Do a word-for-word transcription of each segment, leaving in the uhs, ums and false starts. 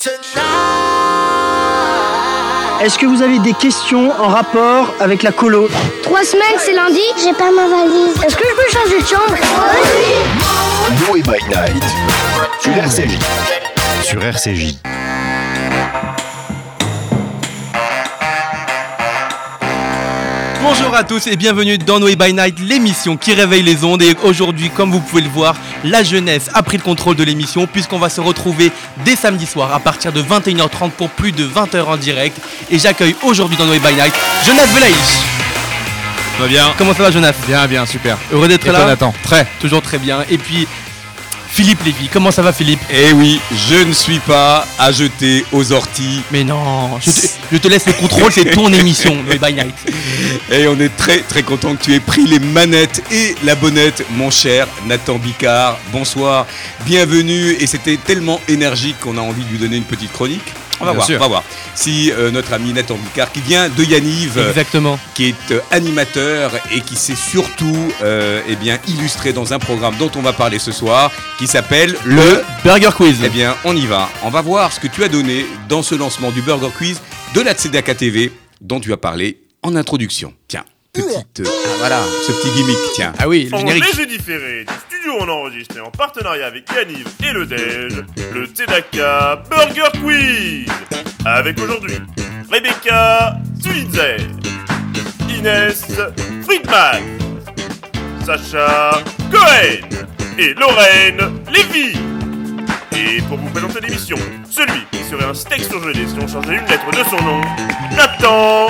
Est-ce que vous avez des questions en rapport avec la colo? Trois semaines, c'est lundi. J'ai pas ma valise. Est-ce que je peux changer de chambre? Oui. Noé by Night sur R C J. Sur R C J. Bonjour à tous et bienvenue dans Noé by Night, l'émission qui réveille les ondes. Et aujourd'hui, comme vous pouvez le voir, la jeunesse a pris le contrôle de l'émission puisqu'on va se retrouver dès samedi soir à partir de vingt et une heures trente pour plus de vingt heures en direct. Et j'accueille aujourd'hui dans Noé by Night Jonas Velaïch. Ça va bien? Comment ça va, Jonas? Bien, bien, super. Heureux d'être et là. Toi, Nathan? Très, toujours très bien. Et puis Philippe Lévy, comment ça va, Philippe? Eh oui, je ne suis pas à jeter aux orties. Mais non, je te, je te laisse le contrôle, c'est ton émission, Noé by Night. Et on est très très content que tu aies pris les manettes et la bonnette, mon cher Nathan Bicard. Bonsoir, bienvenue. Et c'était tellement énergique qu'on a envie de lui donner une petite chronique. On va Bien voir, sûr. on va voir. Si euh, notre ami Nathan Bicard, qui vient de Yaniv, Exactement. qui est euh, animateur et qui s'est surtout euh, eh bien, illustré dans un programme dont on va parler ce soir, qui s'appelle le... Le Burger Quiz. Eh bien, on y va. On va voir ce que tu as donné dans ce lancement du Burger Quiz de la Tzedaka T V dont tu as parlé en introduction. Tiens, petite... euh, ah, voilà, ce petit gimmick, tiens. Ah oui, le En générique. léger différé du studio, on a enregistré en partenariat avec Yaniv et le Dej, le Tzedaka Burger Quiz. Avec aujourd'hui Rebecca Sulitzer, Inès Friedman, Sacha Cohen et Lorraine Lévy. Et pour vous présenter l'émission, celui qui serait un steak surgelé si on changeait une lettre de son nom, Nathan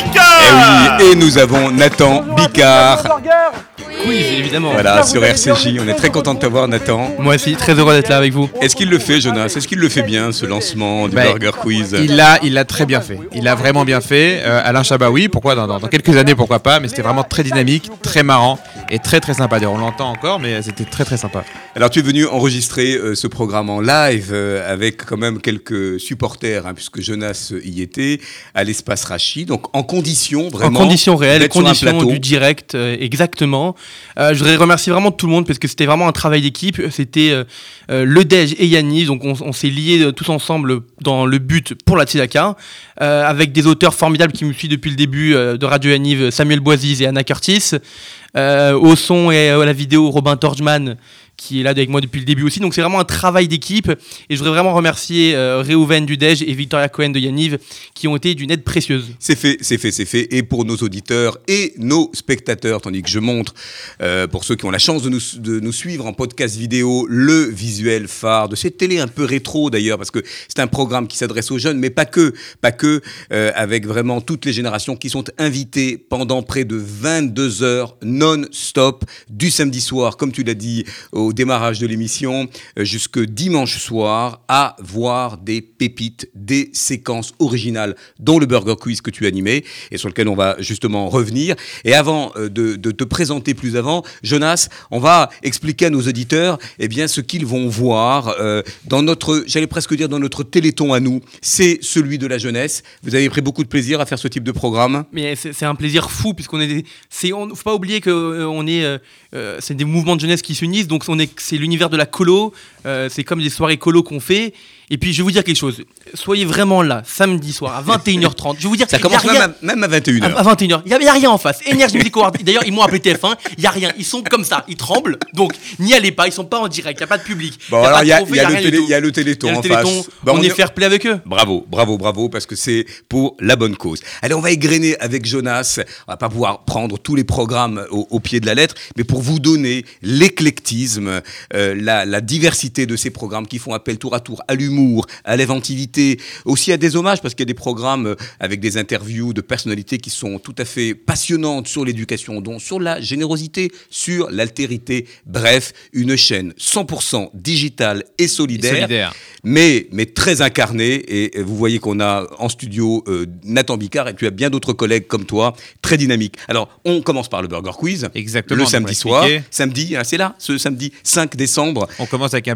Bicard. Eh oui, et nous avons Nathan Bicard. Quiz, évidemment. Voilà, sur R C J. On est très content de t'avoir, Nathan. Moi aussi, très heureux d'être là avec vous. Est-ce qu'il le fait, Jonas? Est-ce qu'il le fait bien, ce lancement du Bah, Burger Quiz? Il l'a, il l'a très bien fait. Il l'a vraiment bien fait. Euh, Alain Chabat, oui, pourquoi dans, dans, dans quelques années, pourquoi pas. Mais c'était vraiment très dynamique, très marrant et très très sympa. D'ailleurs, on l'entend encore, mais c'était très très sympa. Alors, tu es venu enregistrer euh, ce programme en live euh, avec quand même quelques supporters, hein, puisque Jonas y était, à l'espace Rachi. Donc, en conditions vraiment. En conditions réelles, d'être sur un conditions plateau. du direct, euh, exactement. Euh, je voudrais remercier vraiment tout le monde parce que c'était vraiment un travail d'équipe. C'était euh, euh, le Dej et Yaniv, donc on, on s'est liés euh, tous ensemble dans le but pour la Tzedaka, euh, avec des auteurs formidables qui me suivent depuis le début euh, de Radio Yaniv, Samuel Boisiz et Anna Curtis. Euh, au son et à la vidéo, Robin Torgman, qui est là avec moi depuis le début aussi. Donc c'est vraiment un travail d'équipe. Et je voudrais vraiment remercier euh, Réhouven du Dej et Victoria Cohen de Yaniv qui ont été d'une aide précieuse. C'est fait, c'est fait, c'est fait. Et pour nos auditeurs et nos spectateurs, tandis que je montre, euh, pour ceux qui ont la chance de nous, de nous suivre en podcast vidéo, le visuel phare de cette télé un peu rétro d'ailleurs, parce que c'est un programme qui s'adresse aux jeunes, mais pas que, pas que, euh, avec vraiment toutes les générations qui sont invitées pendant près de vingt-deux heures non-stop, du samedi soir, comme tu l'as dit, au démarrage de l'émission, euh, jusque dimanche soir, à voir des pépites, des séquences originales, dont le Burger Quiz que tu animais, et sur lequel on va justement revenir. Et avant euh, de, de te présenter plus avant, Jonas, on va expliquer à nos auditeurs eh bien, ce qu'ils vont voir euh, dans notre, j'allais presque dire, dans notre téléthon à nous. C'est celui de la jeunesse. Vous avez pris beaucoup de plaisir à faire ce type de programme? Mais c'est, c'est un plaisir fou puisqu'on est, des, c'est, on, faut pas oublier que euh, on est, euh, euh, c'est des mouvements de jeunesse qui s'unissent, donc on est, c'est l'univers de la colo, euh, c'est comme des soirées colo qu'on fait. Et puis je vais vous dire quelque chose, soyez vraiment là samedi soir à vingt et une heures trente. Je vais vous dire, Ça commence rien, même, à, même à vingt et une heures. à vingt et une heures. Il n'y a, a rien en face. Énergie Music Award. D'ailleurs, ils m'ont appelé T F un. Il n'y a rien. Ils sont comme ça. Ils tremblent. Donc, n'y allez pas. Ils ne sont pas en direct. Il n'y a pas de public. Bon, y a alors pas il de y, trophée, y, y a le rien télé, du tout. y a le téléthon Il y a en le téléthon. face. Bah, on, on est y- fair play avec eux. Bravo, bravo, bravo, parce que c'est pour la bonne cause. Allez, on va égrener avec Jonas. On va pas pouvoir prendre tous les programmes au, au pied de la lettre, mais pour vous donner l'éclectisme, euh, la, la diversité de ces programmes qui font appel tour à tour à l'humour, à l'inventivité, aussi à des hommages, parce qu'il y a des programmes avec des interviews de personnalités qui sont tout à fait passionnantes sur l'éducation, dont sur la générosité, sur l'altérité. Bref, une chaîne cent pour cent digitale et solidaire, Et solidaire. Mais, mais très incarnée. Et vous voyez qu'on a en studio euh, Nathan Bicard, et tu as bien d'autres collègues comme toi, très dynamiques. Alors, on commence par le Burger Quiz. Exactement. Le donc on samedi va soir. expliquer. Samedi, hein, c'est là, ce samedi cinq décembre. On commence avec un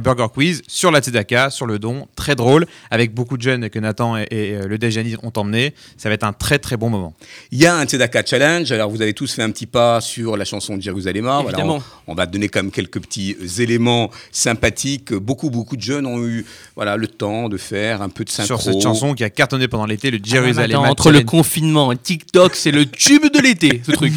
Burger Quiz sur la Tzedaka, sur le don, très drôle, avec beaucoup de jeunes que Nathan et, et euh, le Déjani ont emmenés. Ça va être un très très bon moment. Il y a un Tzedaka Challenge. Alors vous avez tous fait un petit pas sur la chanson de Jérusalem. Voilà, on, on va donner quand même quelques petits éléments sympathiques. Beaucoup beaucoup de jeunes ont eu voilà le temps de faire un peu de synchro sur cette chanson qui a cartonné pendant l'été, le Jérusalem. Ah, entre le confinement et TikTok, c'est le tube de l'été, ce truc.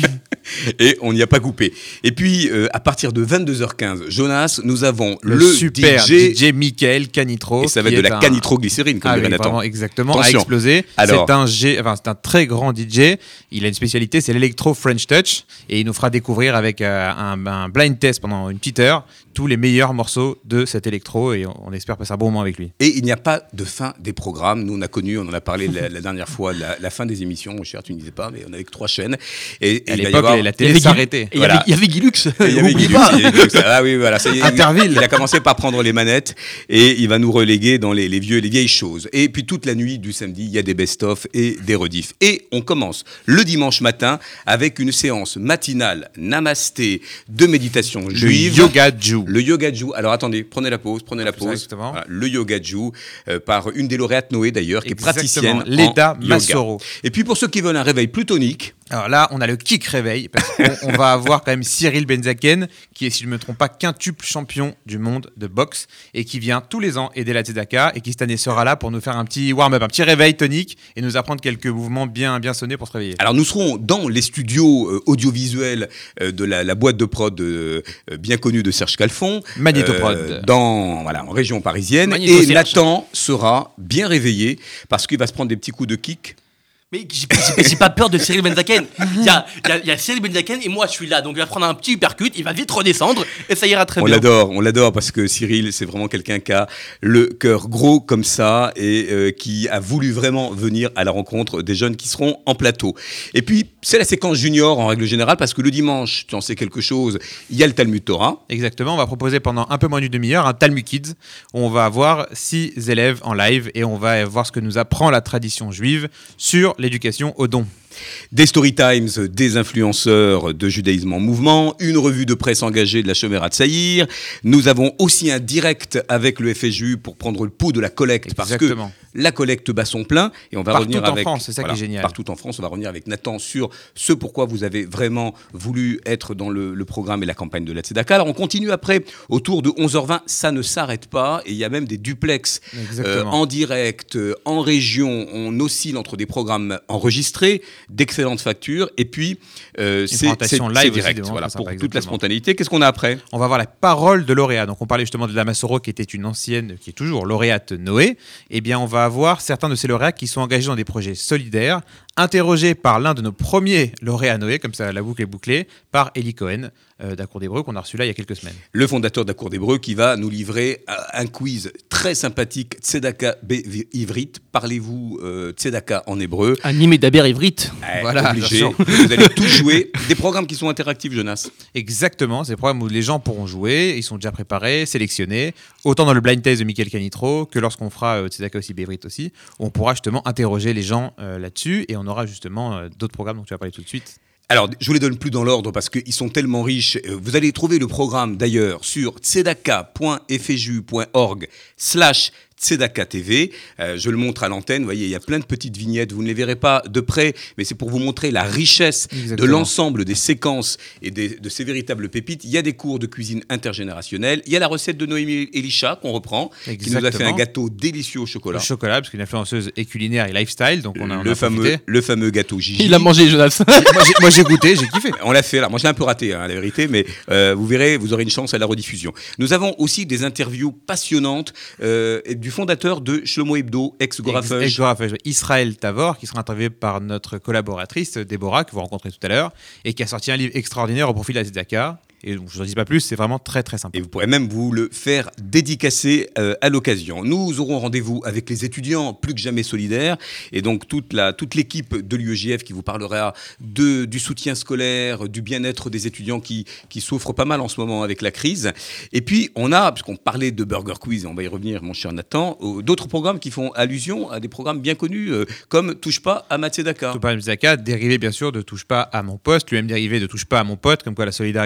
Et on n'y a pas coupé. Et puis, euh, à partir de vingt-deux heures quinze, Jonas, nous avons le, le super D J, D J Michael Canitro. Et ça va être de la un... canitroglycérine, comme ah, dirait oui, Nathan. Vraiment, exactement, Attention. a explosé. Alors, c'est, un G... enfin, c'est un très grand D J. Il a une spécialité, c'est l'électro French Touch. Et il nous fera découvrir avec euh, un, un blind test pendant une petite heure tous les meilleurs morceaux de cet électro. Et on, on espère passer un bon moment avec lui. Et il n'y a pas de fin des programmes. Nous, on a connu, on en a parlé la, la dernière fois, la, la fin des émissions. Mon cher, tu ne disais pas, mais on avait que trois chaînes. Et, et à il l'époque, va y avoir... la télé s'arrêtait. Il voilà. y, y avait Guilux. Il y avait Guilux. Ah oui, voilà. Ça y est, Interville. Il a commencé par prendre les manettes et il va nous reléguer dans les, les, vieux, les vieilles choses. Et puis toute la nuit du samedi, il y a des best-of et des rediffs. Et on commence le dimanche matin avec une séance matinale namasté de méditation juive. Le yoga Jew. Le yoga Jew. Alors attendez, prenez la pause, prenez la pause. Voilà, le yoga Jew euh, par une des lauréates Noé d'ailleurs, qui exactement. est praticienne Leda en Massoro. yoga. Et puis pour ceux qui veulent un réveil plus tonique. Alors là, on a le kick réveil, parce qu'on on va avoir quand même Cyril Benzaken, qui est, si je ne me trompe pas, quintuple champion du monde de boxe, et qui vient tous les ans aider la Tzedaka, et qui cette année sera là pour nous faire un petit warm-up, un petit réveil tonique, et nous apprendre quelques mouvements bien, bien sonnés pour se réveiller. Alors nous serons dans les studios euh, audiovisuels euh, de la, la boîte de prod euh, bien connue de Serge Calfon. Magnétoprod. Euh, dans, voilà, en région parisienne. Magnéto et Serge. Nathan sera bien réveillé, parce qu'il va se prendre des petits coups de kick. Mais j'ai, j'ai, j'ai pas peur de Cyril Benzaken. Il y a, y, a, y a Cyril Benzaken et moi je suis là. Donc il va prendre un petit uppercut, il va vite redescendre et ça ira très on bien. On l'adore, on l'adore parce que Cyril, c'est vraiment quelqu'un qui a le cœur gros comme ça et euh, qui a voulu vraiment venir à la rencontre des jeunes qui seront en plateau. Et puis, c'est la séquence junior en règle générale parce que le dimanche, tu en sais quelque chose, il y a le Talmud Torah. Exactement, on va proposer pendant un peu moins d'une demi-heure un Talmud Kids où on va avoir six élèves en live et on va voir ce que nous apprend la tradition juive sur l'éducation au don. Des story times, des influenceurs de judaïsme en mouvement, une revue de presse engagée de la Shomerat Saïr. Nous avons aussi un direct avec le F S J U pour prendre le pouls de la collecte. Exactement. Parce que la collecte bat son plein et on va partout revenir en avec France, c'est ça voilà, qui est génial. Partout en France, on va revenir avec Nathan sur ce pourquoi vous avez vraiment voulu être dans le, le programme et la campagne de la Tzedaka. Alors on continue après autour de onze heures vingt, ça ne s'arrête pas et il y a même des duplex euh, en direct, euh, en région. On oscille entre des programmes enregistrés, d'excellentes factures et puis euh, c'est, c'est, live c'est direct. Aussi, voilà, sympa, pour exactement. toute la spontanéité. Qu'est-ce qu'on a après ? On va voir la parole de lauréat. Donc on parlait justement de la Massoro qui était une ancienne, qui est toujours lauréate Noé. Eh bien on va avoir certains de ces lauréats qui sont engagés dans des projets solidaires, interrogés par l'un de nos premiers lauréats Noé, comme ça la boucle est bouclée, par Eli Cohen euh, d'Acour d'Hébreu qu'on a reçu là il y a quelques semaines. Le fondateur d'Acour d'Hébreu qui va nous livrer un quiz très sympathique, Tzedaka Ivrit. Parlez-vous euh, Tzedaka en hébreu. Animé d'Aber Ivrit. Eh, voilà, obligé. Vous allez tous jouer. Des programmes qui sont interactifs, Jonas. Exactement, c'est des programmes où les gens pourront jouer, ils sont déjà préparés, sélectionnés, autant dans le blind test de Michael Canitro que lorsqu'on fera euh, Tzedaka aussi Bévrit aussi, où on pourra justement interroger les gens euh, là-dessus et on aura justement euh, d'autres programmes dont tu vas parler tout de suite. Alors, je vous les donne plus dans l'ordre parce qu'ils sont tellement riches. Vous allez trouver le programme d'ailleurs sur tzedaka point f s j u point org slash Tzedaka T V, euh, je le montre à l'antenne, vous voyez, il y a plein de petites vignettes, vous ne les verrez pas de près, mais c'est pour vous montrer la richesse Exactement. de l'ensemble des séquences et des, de ces véritables pépites. Il y a des cours de cuisine intergénérationnelle, il y a la recette de Noémie Elisha qu'on reprend, Exactement. qui nous a fait un gâteau délicieux au chocolat. Le chocolat, parce qu'une influenceuse est culinaire et lifestyle, donc on a, on le, a fameux, le fameux gâteau Gigi. Il a mangé, Jonas. moi, j'ai, moi j'ai goûté, j'ai kiffé. On l'a fait, là. Moi je l'ai un peu raté, hein, la vérité, mais euh, vous verrez, vous aurez une chance à la rediffusion. Nous avons aussi des interviews passionnantes euh, du fondateur de Shlomo Hebdo, ex-Gorafeuge. Ex-Gorafeuge, Israël Tavor, qui sera interviewé par notre collaboratrice Déborah, que vous rencontrez tout à l'heure, et qui a sorti un livre extraordinaire au profil de la Tzedaka. Et je ne vous en dis pas plus, c'est vraiment très très sympa. Et vous pourrez même vous le faire dédicacer euh, à l'occasion. Nous aurons rendez-vous avec les étudiants plus que jamais solidaires et donc toute, la, toute l'équipe de l'U E J F qui vous parlera de, du soutien scolaire, du bien-être des étudiants qui, qui souffrent pas mal en ce moment avec la crise. Et puis on a, puisqu'on parlait de Burger Quiz, et on va y revenir mon cher Nathan, euh, d'autres programmes qui font allusion à des programmes bien connus euh, comme Touche pas à ma Tzedaka. Touche pas à ma Tzedaka, dérivé bien sûr de Touche pas à mon poste, lui-même dérivé de Touche pas à mon pote, comme quoi la solidarité revient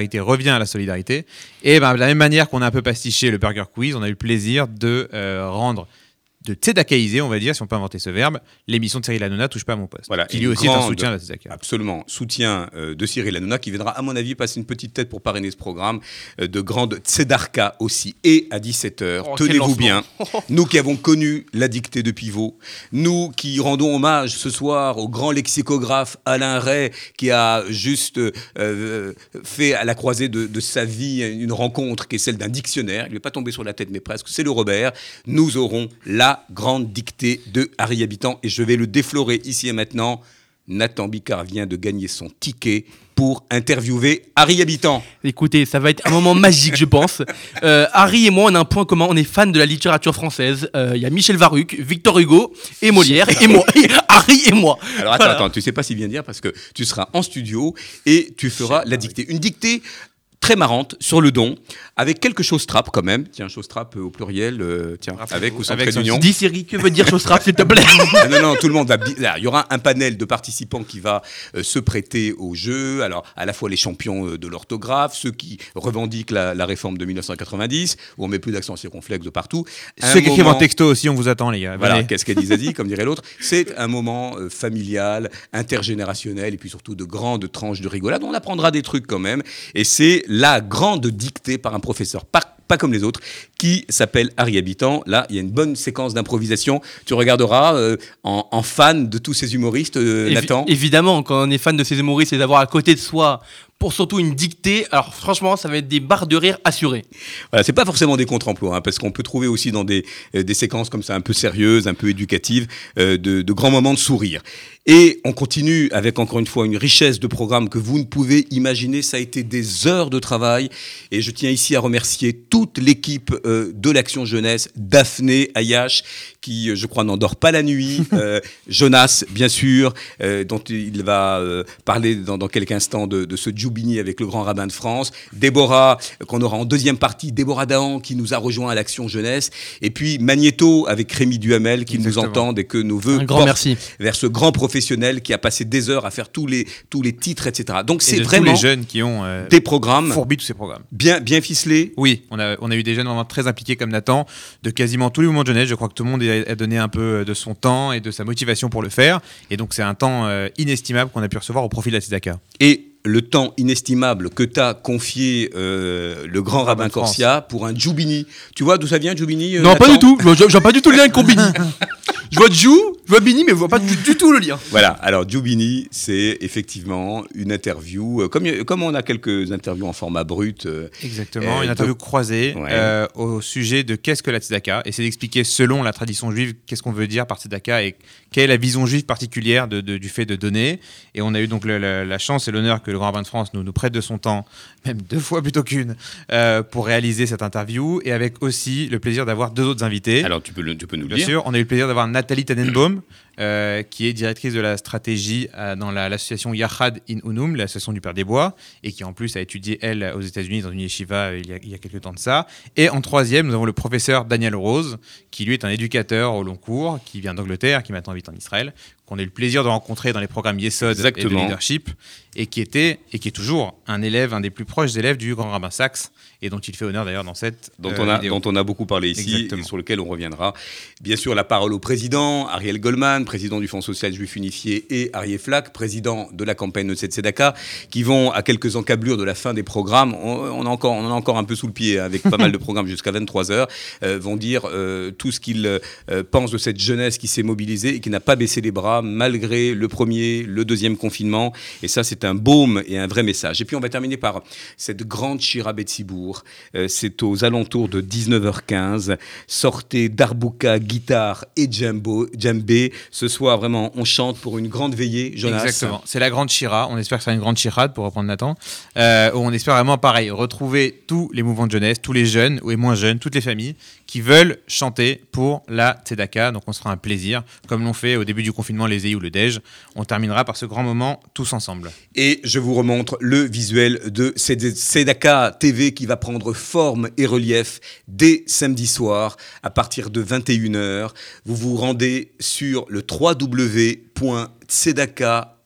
soutien à la solidarité. Et ben, de la même manière qu'on a un peu pastiché le Burger Quiz, on a eu le plaisir de euh, rendre de tzedakaïser, on va dire, si on peut inventer ce verbe, l'émission de Cyril Hanouna Touche pas à mon poste, Voilà, qui une lui aussi est un grande- soutien à la tzedaka. Absolument, soutien euh, de Cyril Hanouna qui viendra, à mon avis, passer une petite tête pour parrainer ce programme, euh, de grande Tzedarka aussi. Et à dix-sept heures, Oh, quel tenez-vous lancement. bien, nous qui avons connu la dictée de Pivot, nous qui rendons hommage ce soir au grand lexicographe Alain Ray, qui a juste euh, fait à la croisée de, de sa vie une rencontre qui est celle d'un dictionnaire, il ne est pas tombé sur la tête mais presque, c'est le Robert, nous aurons la grande dictée de Harry Habitant et je vais le déflorer ici et maintenant. Nathan Bicard vient de gagner son ticket pour interviewer Harry Habitant. Écoutez, ça va être un moment magique, je pense. Euh, Harry et moi, on a un point commun, on est fans de la littérature française. Euh, Il y a Michel Varuc, Victor Hugo et Molière, et moi, et Harry et moi. Alors attends, Voilà. attends, tu sais pas si bien dire parce que tu seras en studio et tu feras la dictée. Une dictée très marrante sur le don, avec quelques choses trap quand même. Tiens, chose trap au pluriel, euh, tiens, avec ou sans Avec trait son- d'union. Dis Siri, que veut dire Chaustrap, s'il te plaît? Ah non, non, tout le monde va. bi- là, il y aura un panel de participants qui va euh, se prêter au jeu. Alors, à la fois les champions euh, de l'orthographe, ceux qui revendiquent la, la réforme de mille neuf cent quatre-vingt-dix, où on met plus d'accent circonflexe de partout. Un Ceux qui écrivent moment- en texto aussi, on vous attend, les gars. Voilà, Venez. qu'est-ce qu'elle dit, Zazie, comme dirait l'autre. C'est un moment euh, familial, intergénérationnel, et puis surtout de grandes tranches de rigolade. On apprendra des trucs quand même. Et c'est la grande dictée par un professeur, pas, pas comme les autres, qui s'appelle Harry Habitant. Là, il y a une bonne séquence d'improvisation. Tu regarderas euh, en, en fan de tous ces humoristes, euh, Évi- Nathan. Évidemment, quand on est fan de ces humoristes, c'est d'avoir à côté de soi, pour surtout une dictée. Alors franchement, ça va être des barres de rire assurées. Voilà, c'est pas forcément des contre-emplois, hein, parce qu'on peut trouver aussi dans des, euh, des séquences comme ça un peu sérieuses, un peu éducatives, euh, de, de grands moments de sourire. Et on continue avec encore une fois une richesse de programmes que vous ne pouvez imaginer. Ça a été des heures de travail et je tiens ici à remercier toute l'équipe euh, de l'Action Jeunesse, Daphné, Ayash, qui euh, je crois n'endort pas la nuit, euh, Jonas bien sûr, euh, dont il va euh, parler dans, dans quelques instants de, de ce Djoubini avec le grand rabbin de France, Déborah euh, qu'on aura en deuxième partie, Déborah Dahan qui nous a rejoint à l'Action Jeunesse, et puis Magnéto avec Rémi Duhamel qui Exactement. nous entend et que nos voeux Un grand portent merci. vers ce grand professionnel qui a passé des heures à faire tous les, tous les titres, et cetera. Donc Et c'est de vraiment tous les jeunes qui ont euh, des programmes fourbi tous ces programmes. bien, bien ficelés. Oui, on a, on a eu des jeunes vraiment très impliqués comme Nathan, de quasiment tous les mouvements de jeunesse. Je crois que tout le monde a, a donné un peu de son temps et de sa motivation pour le faire. Et donc c'est un temps euh, inestimable qu'on a pu recevoir au profit de la Tzedaka. Et le temps inestimable que t'a confié euh, le grand rabbin Rabbin de France. Corsia pour un Djoubini. Tu vois d'où ça vient, Djoubini euh, Non, pas Nathan du tout. Je vois, je vois pas du tout le lien avec Combini. Je vois Djou, je vois Bini, mais je vois pas du, du tout le lien. Voilà, alors Djoubini, c'est effectivement une interview, euh, comme, comme on a quelques interviews en format brut. euh, Exactement, Euh, une interview donc- croisée Ouais. euh, au sujet de qu'est-ce que la Tzedaka, et c'est d'expliquer selon la tradition juive qu'est-ce qu'on veut dire par Tzedaka et quelle est la vision juive particulière de, de- du fait de donner. Et on a eu donc le- le- la chance et l'honneur que le Grand Rabbin de France nous, nous prête de son temps, même deux fois plutôt qu'une, euh, pour réaliser cette interview, et avec aussi le plaisir d'avoir deux autres invités. Alors tu peux, le- tu peux nous le Bien dire. sûr, on a eu le plaisir d'avoir Nathalie Tannenbaum, euh, qui est directrice de la stratégie euh, dans la- l'association Yachad in Unum, l'association du Père des Bois, et qui en plus a étudié, elle, aux États-Unis, dans une yeshiva euh, il y, a, il y a quelques temps de ça. Et en troisième, nous avons le professeur Daniel Rose, qui lui est un éducateur au long cours, qui vient d'Angleterre, qui maintenant habite en Israël, qu'on a eu le plaisir de rencontrer dans les programmes Yesod et de Exactement. leadership, et qui était, et qui est toujours un élève, un des plus proches élèves du grand rabbin Sachs, et dont il fait honneur d'ailleurs dans cette Dont, euh, on a, vidéo. dont on a beaucoup parlé ici Exactement. et sur lequel on reviendra. Bien sûr, la parole au président, Ariel Goldman, président du Fonds social juif unifié, et Arié Flack, président de la campagne de cette Tzedaka, qui vont à quelques encablures de la fin des programmes. On, on, a encore, on en a encore un peu sous le pied, hein, avec pas mal de programmes jusqu'à vingt-trois heures, euh, vont dire euh, tout ce qu'ils euh, pensent de cette jeunesse qui s'est mobilisée et qui n'a pas baissé les bras malgré le premier, le deuxième confinement. Et ça, c'est un baume et un vrai message. Et puis, on va terminer par cette grande Shira Betsibourg. Euh, c'est aux alentours de dix-neuf heures quinze. Sortez darbouka, guitare et djembo, djembé. Ce soir, vraiment, on chante pour une grande veillée. Jonas. Exactement. C'est la grande Shira. On espère que c'est une grande chirade, pour reprendre Nathan. Euh, où on espère vraiment, pareil, retrouver tous les mouvements de jeunesse, tous les jeunes ou les moins jeunes, toutes les familles qui veulent chanter pour la Tzedaka. Donc on se fera un plaisir, comme l'ont fait au début du confinement les E I ou le Dej. On terminera par ce grand moment tous ensemble. Et je vous remontre le visuel de Tzedaka T V qui va prendre forme et relief dès samedi soir à partir de vingt et une heures. Vous vous rendez sur le w w w point tzedaka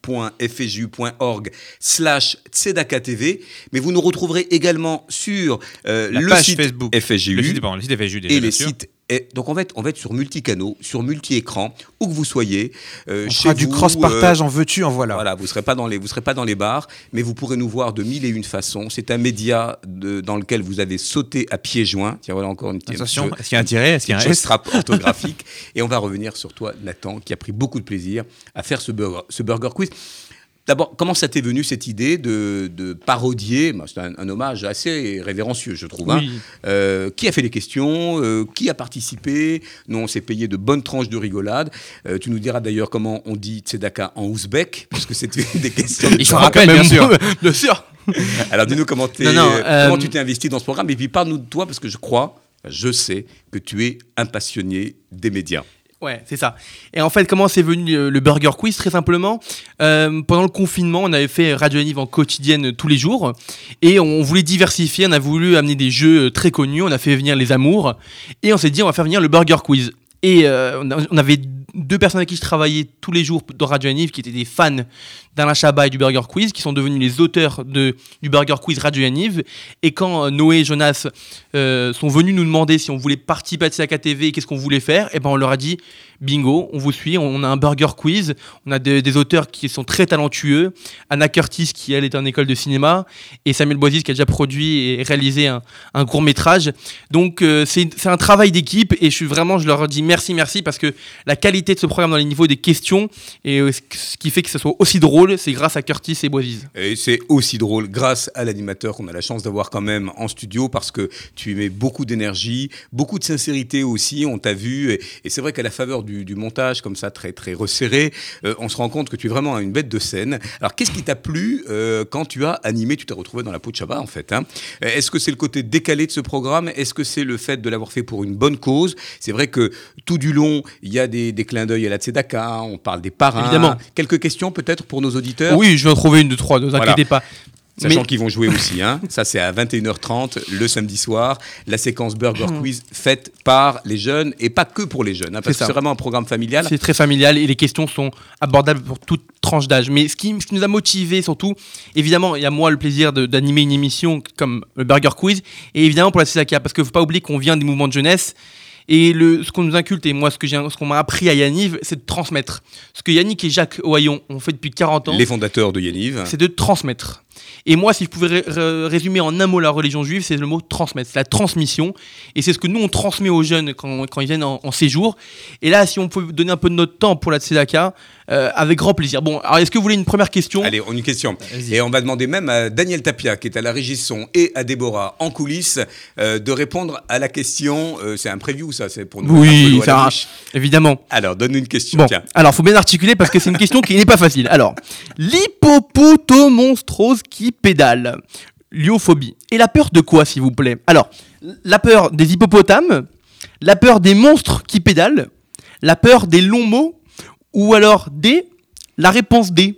point f j u point org slash tzedaka T V, mais vous nous retrouverez également sur euh, La le page site Facebook. F S J U Le site, pardon, le site F S J U déjà, et bien les sûr. sites. Et donc on va, être, on va être sur multicanaux, sur multi-écrans, où que vous soyez. Euh, On chez fera du vous, cross-partage, euh, en veux-tu, en voilà. Voilà, vous ne serez pas dans les, vous serez pas dans les bars, mais vous pourrez nous voir de mille et une façons. C'est un média de, dans lequel vous avez sauté à pieds joints. Tiens, voilà encore une petite. Attention, est-ce qu'il y a un tiret, est-ce qu'il y a un S? Geste orthographique. Et on va revenir sur toi, Nathan, qui a pris beaucoup de plaisir à faire ce burger, ce burger quiz. D'abord, comment ça t'est venu cette idée de, de parodier, c'est un, un hommage assez révérencieux, je trouve. Hein. Oui. Euh, qui a fait les questions, euh, qui a participé? Nous, on s'est payé de bonnes tranches de rigolade. Euh, tu nous diras d'ailleurs comment on dit tzedaka en ouzbek, parce que c'est une des questions. Il s'en rappelle, bien sûr. Bien sûr. Alors, dis-nous comment, t'es, Non, non, euh, comment tu t'es investi dans ce programme, et puis parle-nous de toi, parce que je crois, je sais que tu es un passionné des médias. Ouais, c'est ça. Et en fait, comment c'est venu euh, le Burger Quiz? Très simplement, euh, pendant le confinement, on avait fait Radio Yaniv en quotidienne tous les jours et on voulait diversifier. On a voulu amener des jeux très connus. On a fait venir les Amours et on s'est dit on va faire venir le Burger Quiz. Et euh, on avait deux personnes avec qui je travaillais tous les jours dans Radio Yaniv qui étaient des fans d'Alain Chabat et du Burger Quiz, qui sont devenus les auteurs de, du Burger Quiz Radio Yaniv. Et quand euh, Noé et Jonas euh, sont venus nous demander si on voulait participer à Tzedaka T V et qu'est-ce qu'on voulait faire, et ben on leur a dit bingo, on vous suit, on a un Burger Quiz, on a de, des auteurs qui sont très talentueux, Anna Curtis qui elle est en école de cinéma, et Samuel Boisis qui a déjà produit et réalisé un, un court-métrage. Donc euh, c'est, c'est un travail d'équipe et je suis vraiment, je leur dis merci, merci, parce que la qualité de ce programme dans les niveaux des questions, et euh, ce qui fait que ce soit aussi drôle, c'est grâce à Curtis et Boisis. Et c'est aussi drôle grâce à l'animateur qu'on a la chance d'avoir quand même en studio, parce que tu y mets beaucoup d'énergie, beaucoup de sincérité aussi, on t'a vu, et, et c'est vrai qu'à la faveur du, du montage comme ça très très resserré, euh, on se rend compte que tu es vraiment une bête de scène. Alors qu'est-ce qui t'a plu euh, quand tu as animé, tu t'es retrouvé dans la peau de Chabat en fait, hein. Est-ce que c'est le côté décalé de ce programme? Est-ce que c'est le fait de l'avoir fait pour une bonne cause? C'est vrai que tout du long, il y a des, des clins d'œil à la Tzedaka, on parle des parrains. Évidemment. Quelques questions peut-être pour nos auditeurs? Oui, je vais en trouver une, deux, trois, ne vous Voilà. inquiétez pas. Sachant Mais- qu'ils vont jouer aussi, hein. Ça c'est à vingt et une heures trente le samedi soir, la séquence Burger Quiz faite par les jeunes, et pas que pour les jeunes, hein, parce C'est que ça. c'est vraiment un programme familial. C'est très familial et les questions sont abordables pour toute tranche d'âge. Mais ce qui, ce qui nous a motivés surtout, évidemment, il y a moi le plaisir de- d'animer une émission comme le Burger Quiz, et évidemment pour la Tzedaka, parce qu'il ne faut pas oublier qu'on vient des mouvements de jeunesse. Et le, ce qu'on nous inculte, et moi ce, que j'ai, ce qu'on m'a appris à Yaniv, c'est de transmettre. Ce que Yannick et Jacques Ohaillon ont fait depuis quarante ans, Les fondateurs de Yaniv. c'est de transmettre. Et moi, si je pouvais ré- ré- résumer en un mot la religion juive, c'est le mot transmettre, c'est la transmission. Et c'est ce que nous, on transmet aux jeunes quand, quand ils viennent en, en séjour. Et là, si on peut donner un peu de notre temps pour la Tzedaka, euh, avec grand plaisir. Bon, alors est-ce que vous voulez une première question? Allez, on a une question. Vas-y. Et on va demander même à Daniel Tapia, qui est à la régie son, et à Déborah en coulisses, euh, de répondre à la question. Euh, c'est un preview, ça, c'est pour nous mettre un peu Oui, l'eau à la ça, bouche. évidemment. Alors, donne-nous une question, Bon, tiens. alors faut bien articuler parce que c'est une question qui n'est pas facile. Alors, l'hippopotomonstrose qui pédale, l'iophobie. Et la peur de quoi, s'il vous plaît? Alors, la peur des hippopotames, la peur des monstres qui pédalent, la peur des longs mots, ou alors des... La réponse D.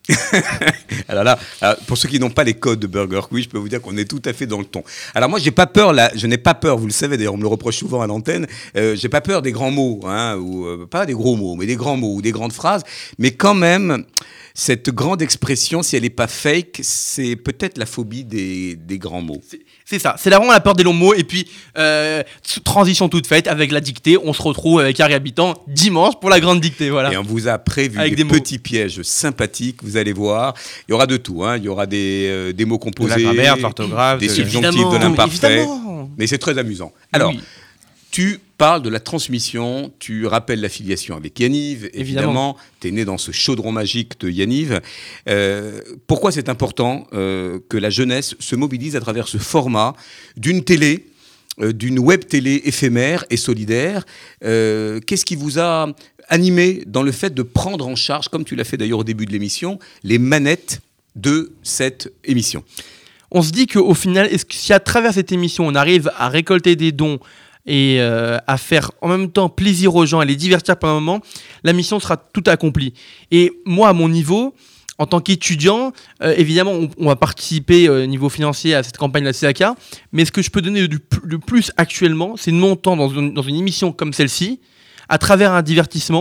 Alors là, alors, pour ceux qui n'ont pas les codes de Burger Quiz, je peux vous dire qu'on est tout à fait dans le ton. Alors moi, j'ai pas peur là, je n'ai pas peur, vous le savez d'ailleurs, on me le reproche souvent à l'antenne, euh, j'ai pas peur des grands mots, hein, ou euh, pas des gros mots, mais des grands mots ou des grandes phrases, mais quand même, cette grande expression, si elle n'est pas fake, c'est peut-être la phobie des, des grands mots. C'est- C'est ça, c'est vraiment la peur des longs mots. Et puis, euh, transition toute faite avec la dictée. On se retrouve avec Harry Habitant dimanche pour la grande dictée. Voilà. Et on vous a prévu Avec des, des mots. petits pièges sympathiques, vous allez voir. Il y aura de tout, hein. Il y aura des, euh, des mots De composés, la grammaire, de l'orthographe, des de- subjonctifs, Évidemment, de l'imparfait. évidemment. Mais c'est très amusant. Alors, Oui. tu parles de la transmission, tu rappelles l'affiliation avec Yaniv, évidemment. Évidemment. Tu es né dans ce chaudron magique de Yaniv. Euh, pourquoi c'est important euh, que la jeunesse se mobilise à travers ce format d'une télé, euh, d'une web télé éphémère et solidaire? Euh, Qu'est-ce qui vous a animé dans le fait de prendre en charge, comme tu l'as fait d'ailleurs au début de l'émission, les manettes de cette émission? On se dit qu'au final, est-ce que si à travers cette émission, on arrive à récolter des dons et euh, à faire en même temps plaisir aux gens, à les divertir par un moment, la mission sera tout accomplie. Et moi, à mon niveau, en tant qu'étudiant, euh, évidemment, on, on va participer au niveau financier à cette campagne de la Tzedaka, mais ce que je peux donner du, p- le plus actuellement, c'est mon temps dans une, dans une émission comme celle-ci, à travers un divertissement,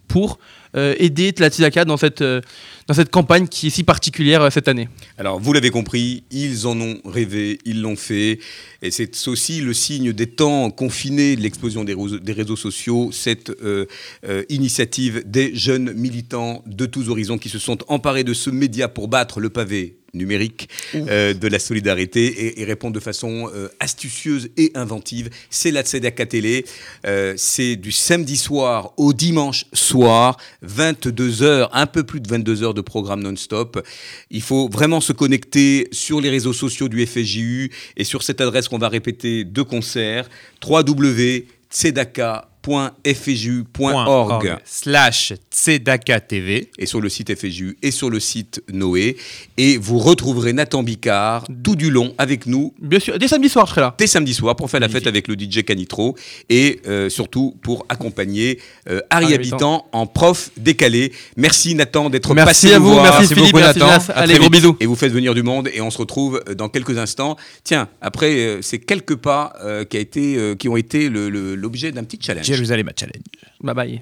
pour euh, aider la Tzedaka dans cette, euh, dans cette campagne qui est si particulière euh, cette année. Alors, vous l'avez compris, ils en ont rêvé, ils l'ont fait. Et c'est aussi le signe des temps confinés, de l'explosion des réseaux, des réseaux sociaux, cette euh, euh, initiative des jeunes militants de tous horizons qui se sont emparés de ce média pour battre le pavé numérique euh, de la solidarité et, et répondre de façon euh, astucieuse et inventive. C'est la Tzedaka Télé. Euh, c'est du samedi soir au dimanche soir, vingt-deux heures, un peu plus de vingt-deux heures de programme non-stop. Il faut vraiment se connecter sur les réseaux sociaux du F S J U et sur cette adresse qu'on va répéter de concert, w w w point tzedaka point f s j u point org slash Tzedaka T V et sur le site F S J U et sur le site Noé, et vous retrouverez Nathan Bicard tout du long avec nous. Bien sûr, dès samedi soir je serai là. Dès samedi soir pour faire la fête avec le D J Canitro et euh, surtout pour accompagner euh, Harry Habitant en prof décalé. Merci Nathan d'être merci passé à nous vous, voir. merci, merci Philippe, beaucoup merci Nathan. Jonas. Allez, gros bisous. Et vous faites venir du monde et on se retrouve dans quelques instants. Tiens, après euh, ces quelques pas euh, qui, a été, euh, qui ont été le, le, l'objet d'un petit challenge. Jérusalem Challenge. Bye bye.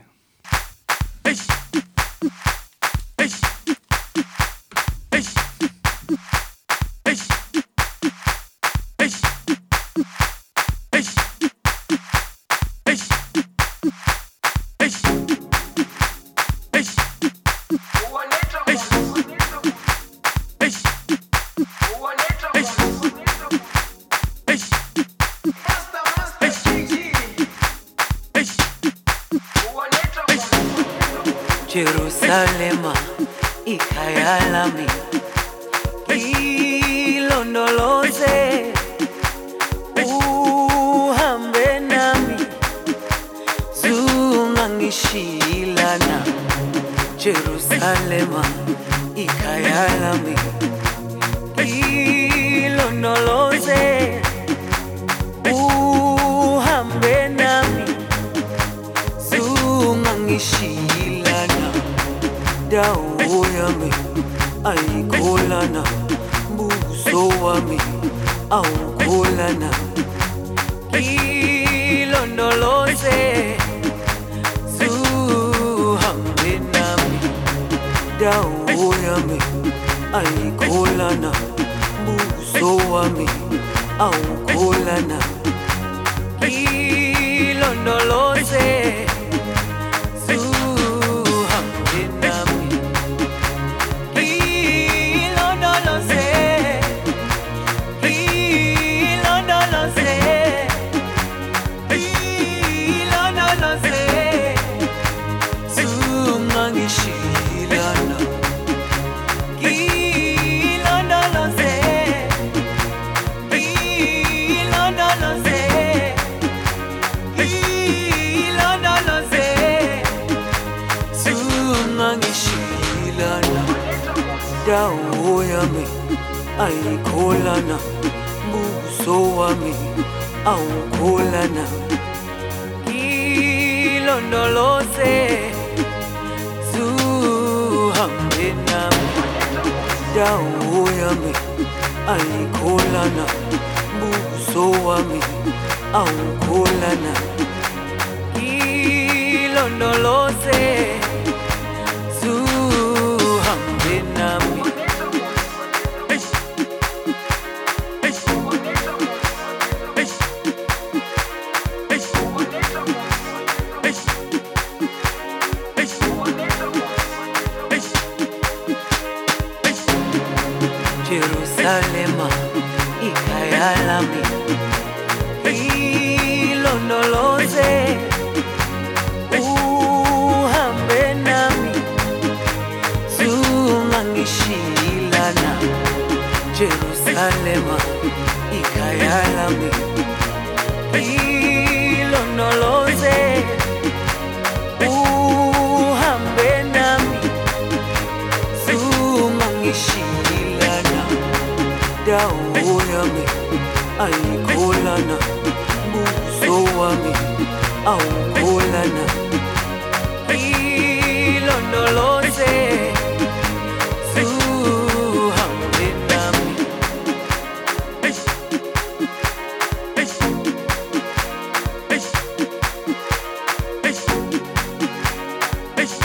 Jerusalema ikhaya lami ilondoloze uhambe nami zungangishilana Jerusalema ikhaya lami ilondoloze uhambe nami zungangishilana dawo yami ayikholana buso wami awukholana ilondoloze zuhambe nami dawo yami ayikholana buso wami awukholana ilondoloze dawo yami ayikholana buso wami awukholana ilondoloze zuhambe nami dawo yami ayikholana buso wami awukholana ilondoloze zuhambe nami Jerusalema ikhaya lami ilondoloze uhambe nami zungangishilana Jerusalema ikhaya lami ilondoloze uhambe nami zungangishilana dawo yami ayikholana buso wami awukholana ilondoloze zuhambe nami Hey!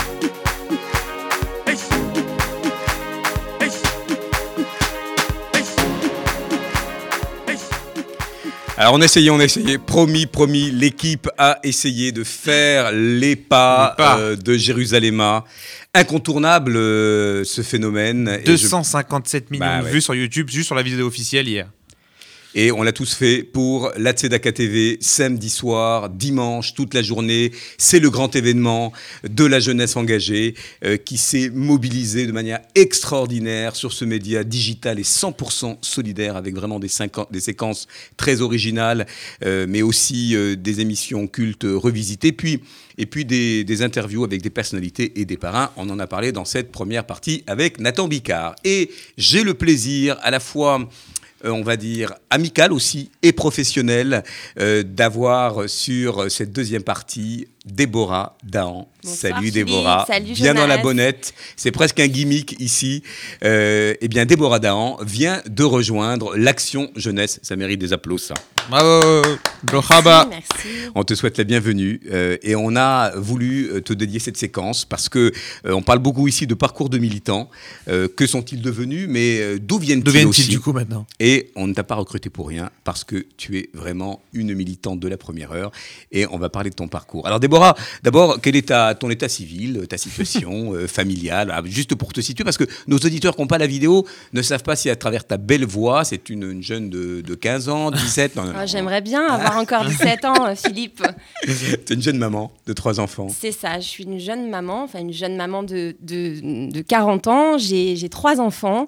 Alors on a essayé, on a essayé, promis, promis, l'équipe a essayé de faire les pas, Les pas. euh, de Jérusalem. Incontournable euh, ce phénomène. Et deux je- cent cinquante-sept millions Bah de ouais. vues sur YouTube juste sur la vidéo officielle hier. Et on l'a tous fait pour la Tzedaka T V, samedi soir, dimanche, toute la journée. C'est le grand événement de la jeunesse engagée euh, qui s'est mobilisée de manière extraordinaire sur ce média digital et cent pour cent solidaire avec vraiment des, cinquante des séquences très originales, euh, mais aussi euh, des émissions cultes revisitées. Puis, et puis des, des interviews avec des personnalités et des parrains. On en a parlé dans cette première partie avec Nathan Bicard. Et j'ai le plaisir à la fois... Euh, on va dire, amical aussi et professionnel, euh, d'avoir sur cette deuxième partie Déborah Dahan. Bonsoir, Salut Philippe. Déborah, Salut, bien dans la Jonas. bonnette, c'est presque un gimmick ici. Euh, eh bien, Déborah Dahan vient de rejoindre l'Action Jeunesse, ça mérite des applaudissements, ça. Bravo, Brochaba. Merci. On te souhaite la bienvenue euh, et on a voulu euh, te dédier cette séquence parce que euh, on parle beaucoup ici de parcours de militants. Euh, que sont-ils devenus, mais euh, d'où viennent-ils D'où viennent-ils aussi du coup maintenant? Et on ne t'a pas recruté pour rien parce que tu es vraiment une militante de la première heure et on va parler de ton parcours. Alors Déborah, d'abord, quel est ta, ton état civil, ta situation euh, familiale, ah, juste pour te situer, parce que nos auditeurs qui n'ont pas la vidéo ne savent pas si à travers ta belle voix, c'est une, une jeune de, de quinze ans, dix-sept... non, non, Ah, non. J'aimerais bien avoir encore dix-sept ans, euh, Philippe. T'es une jeune maman de trois enfants. C'est ça, je suis une jeune maman, enfin une jeune maman de, de, de quarante ans. J'ai j'ai trois enfants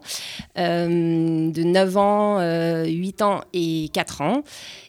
euh, de neuf ans, euh, huit ans et quatre ans.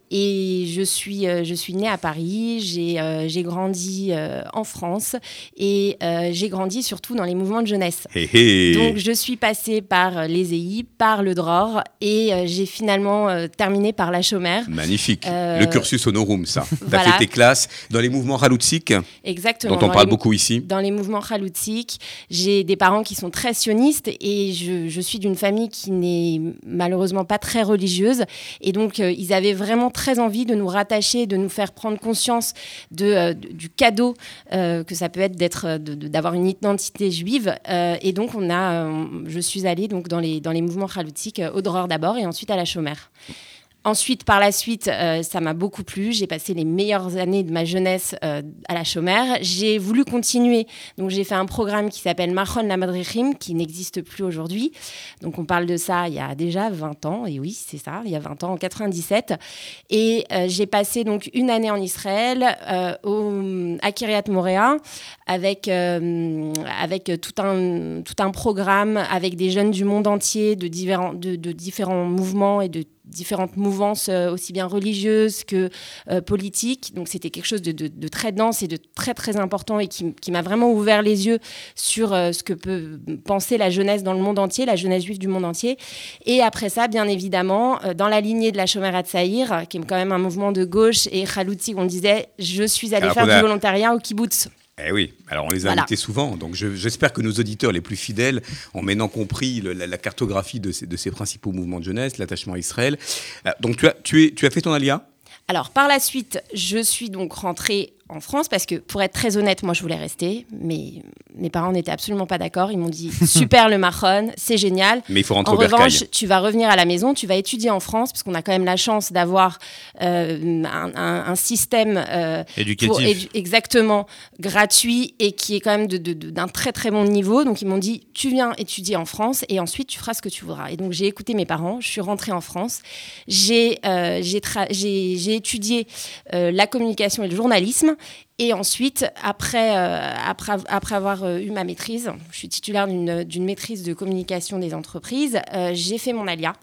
Et je suis, euh, je suis née à Paris, j'ai euh, j'ai grandi euh, en France et euh, j'ai grandi surtout dans les mouvements de jeunesse. Hé hé. Donc je suis passée par les E I, par le D R O R et euh, j'ai finalement euh, terminé par la Chômère. Magnifique. Euh, Le cursus honorum, ça. T'as voilà. fait tes classes dans les mouvements Haloutsik, Exactement. dont on Dans parle les- beaucoup ici. Dans les mouvements Haloutsik, j'ai des parents qui sont très sionistes et je, je suis d'une famille qui n'est malheureusement pas très religieuse. Et donc, euh, ils avaient vraiment très envie de nous rattacher, de nous faire prendre conscience de, euh, de- du cadeau euh, que ça peut être d'être, euh, de- de- d'avoir une identité juive. Euh, et donc, on a, euh, je suis allée donc, dans, les, dans les mouvements Haloutsik, euh, au D R O R d'abord et ensuite à la Chômère. Ensuite, par la suite, euh, ça m'a beaucoup plu. J'ai passé les meilleures années de ma jeunesse euh, à la Chômère. J'ai voulu continuer. Donc, j'ai fait un programme qui s'appelle Machon la Madrichim, qui n'existe plus aujourd'hui. Donc, on parle de ça il y a déjà vingt ans. Et oui, c'est ça, il y a vingt ans, en quatre-vingt-dix-sept. Et euh, j'ai passé donc une année en Israël, euh, au, à Kiryat Moréa, avec, euh, avec tout, un, tout un programme, avec des jeunes du monde entier, de différents, de, de différents mouvements et de différentes mouvances euh, aussi bien religieuses que euh, politiques. Donc c'était quelque chose de, de, de très dense et de très très important et qui, qui m'a vraiment ouvert les yeux sur euh, ce que peut penser la jeunesse dans le monde entier, la jeunesse juive du monde entier. Et après ça, bien évidemment, euh, dans la lignée de la Shomer Hatzaïr, qui est quand même un mouvement de gauche, et Chalouti, on disait, je suis allée Alors faire qu'on a- du volontariat au kibbutz. Eh oui, alors on les a Voilà. invités souvent, donc je- j'espère que nos auditeurs les plus fidèles ont maintenant compris le- la, la cartographie de ces, de ces principaux mouvements de jeunesse, l'attachement à Israël. Euh, Donc tu as, tu, es, tu as fait ton alia. Alors, par la suite, je suis donc rentrée en France parce que, pour être très honnête, moi, je voulais rester. Mais mes parents n'étaient absolument pas d'accord. Ils m'ont dit, super le Mahon, c'est génial. Mais il faut rentrer En au bercail. revanche, tu vas revenir à la maison, tu vas étudier en France, parce qu'on a quand même la chance d'avoir euh, un, un- un système euh, Éducatif. pour édu- exactement gratuit et qui est quand même de- de- de- d'un très très bon niveau. Donc ils m'ont dit, tu viens étudier en France et ensuite tu feras ce que tu voudras. Et donc j'ai écouté mes parents, je suis rentrée en France, j'ai euh, j'ai tra- j'ai- j'ai étudié euh, la communication et le journalisme. Et ensuite, après, euh, après, après avoir euh, eu ma maîtrise, je suis titulaire d'une d'une maîtrise de communication des entreprises, euh, j'ai fait mon alia.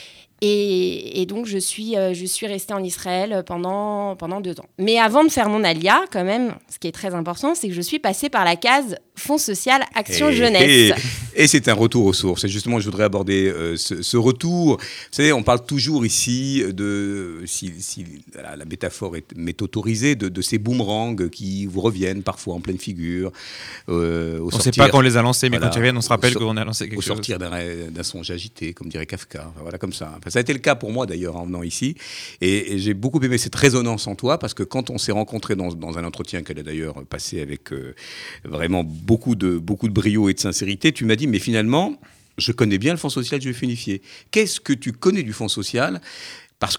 Et, et donc, je suis, euh, je suis restée en Israël pendant, pendant deux ans. Mais avant de faire mon alia, quand même, ce qui est très important, c'est que je suis passée par la case Fonds social Action Et- Jeunesse. Et, et c'est un retour aux sources. Et justement, je voudrais aborder euh, ce, ce retour. Vous savez, on parle toujours ici de, si, si la, la métaphore est, m'est autorisée, de, de ces boomerangs qui vous reviennent parfois en pleine figure. Euh, au On ne sait sortir- pas qu'on les a lancés, mais Voilà. quand ils reviennent, on se rappelle Au so- qu'on a lancé quelque Au chose. sortir d'un, d'un songe agité, comme dirait Kafka. Enfin, voilà, comme ça. Enfin, ça a été le cas pour moi d'ailleurs en venant ici. Et, et j'ai beaucoup aimé cette résonance en toi parce que quand on s'est rencontrés dans, dans un entretien qu'elle a d'ailleurs passé avec euh, vraiment beaucoup de, beaucoup de brio et de sincérité, tu m'as dit, mais finalement, je connais bien le Fonds social juif unifié. Qu'est-ce que tu connais du Fonds social ? Parce que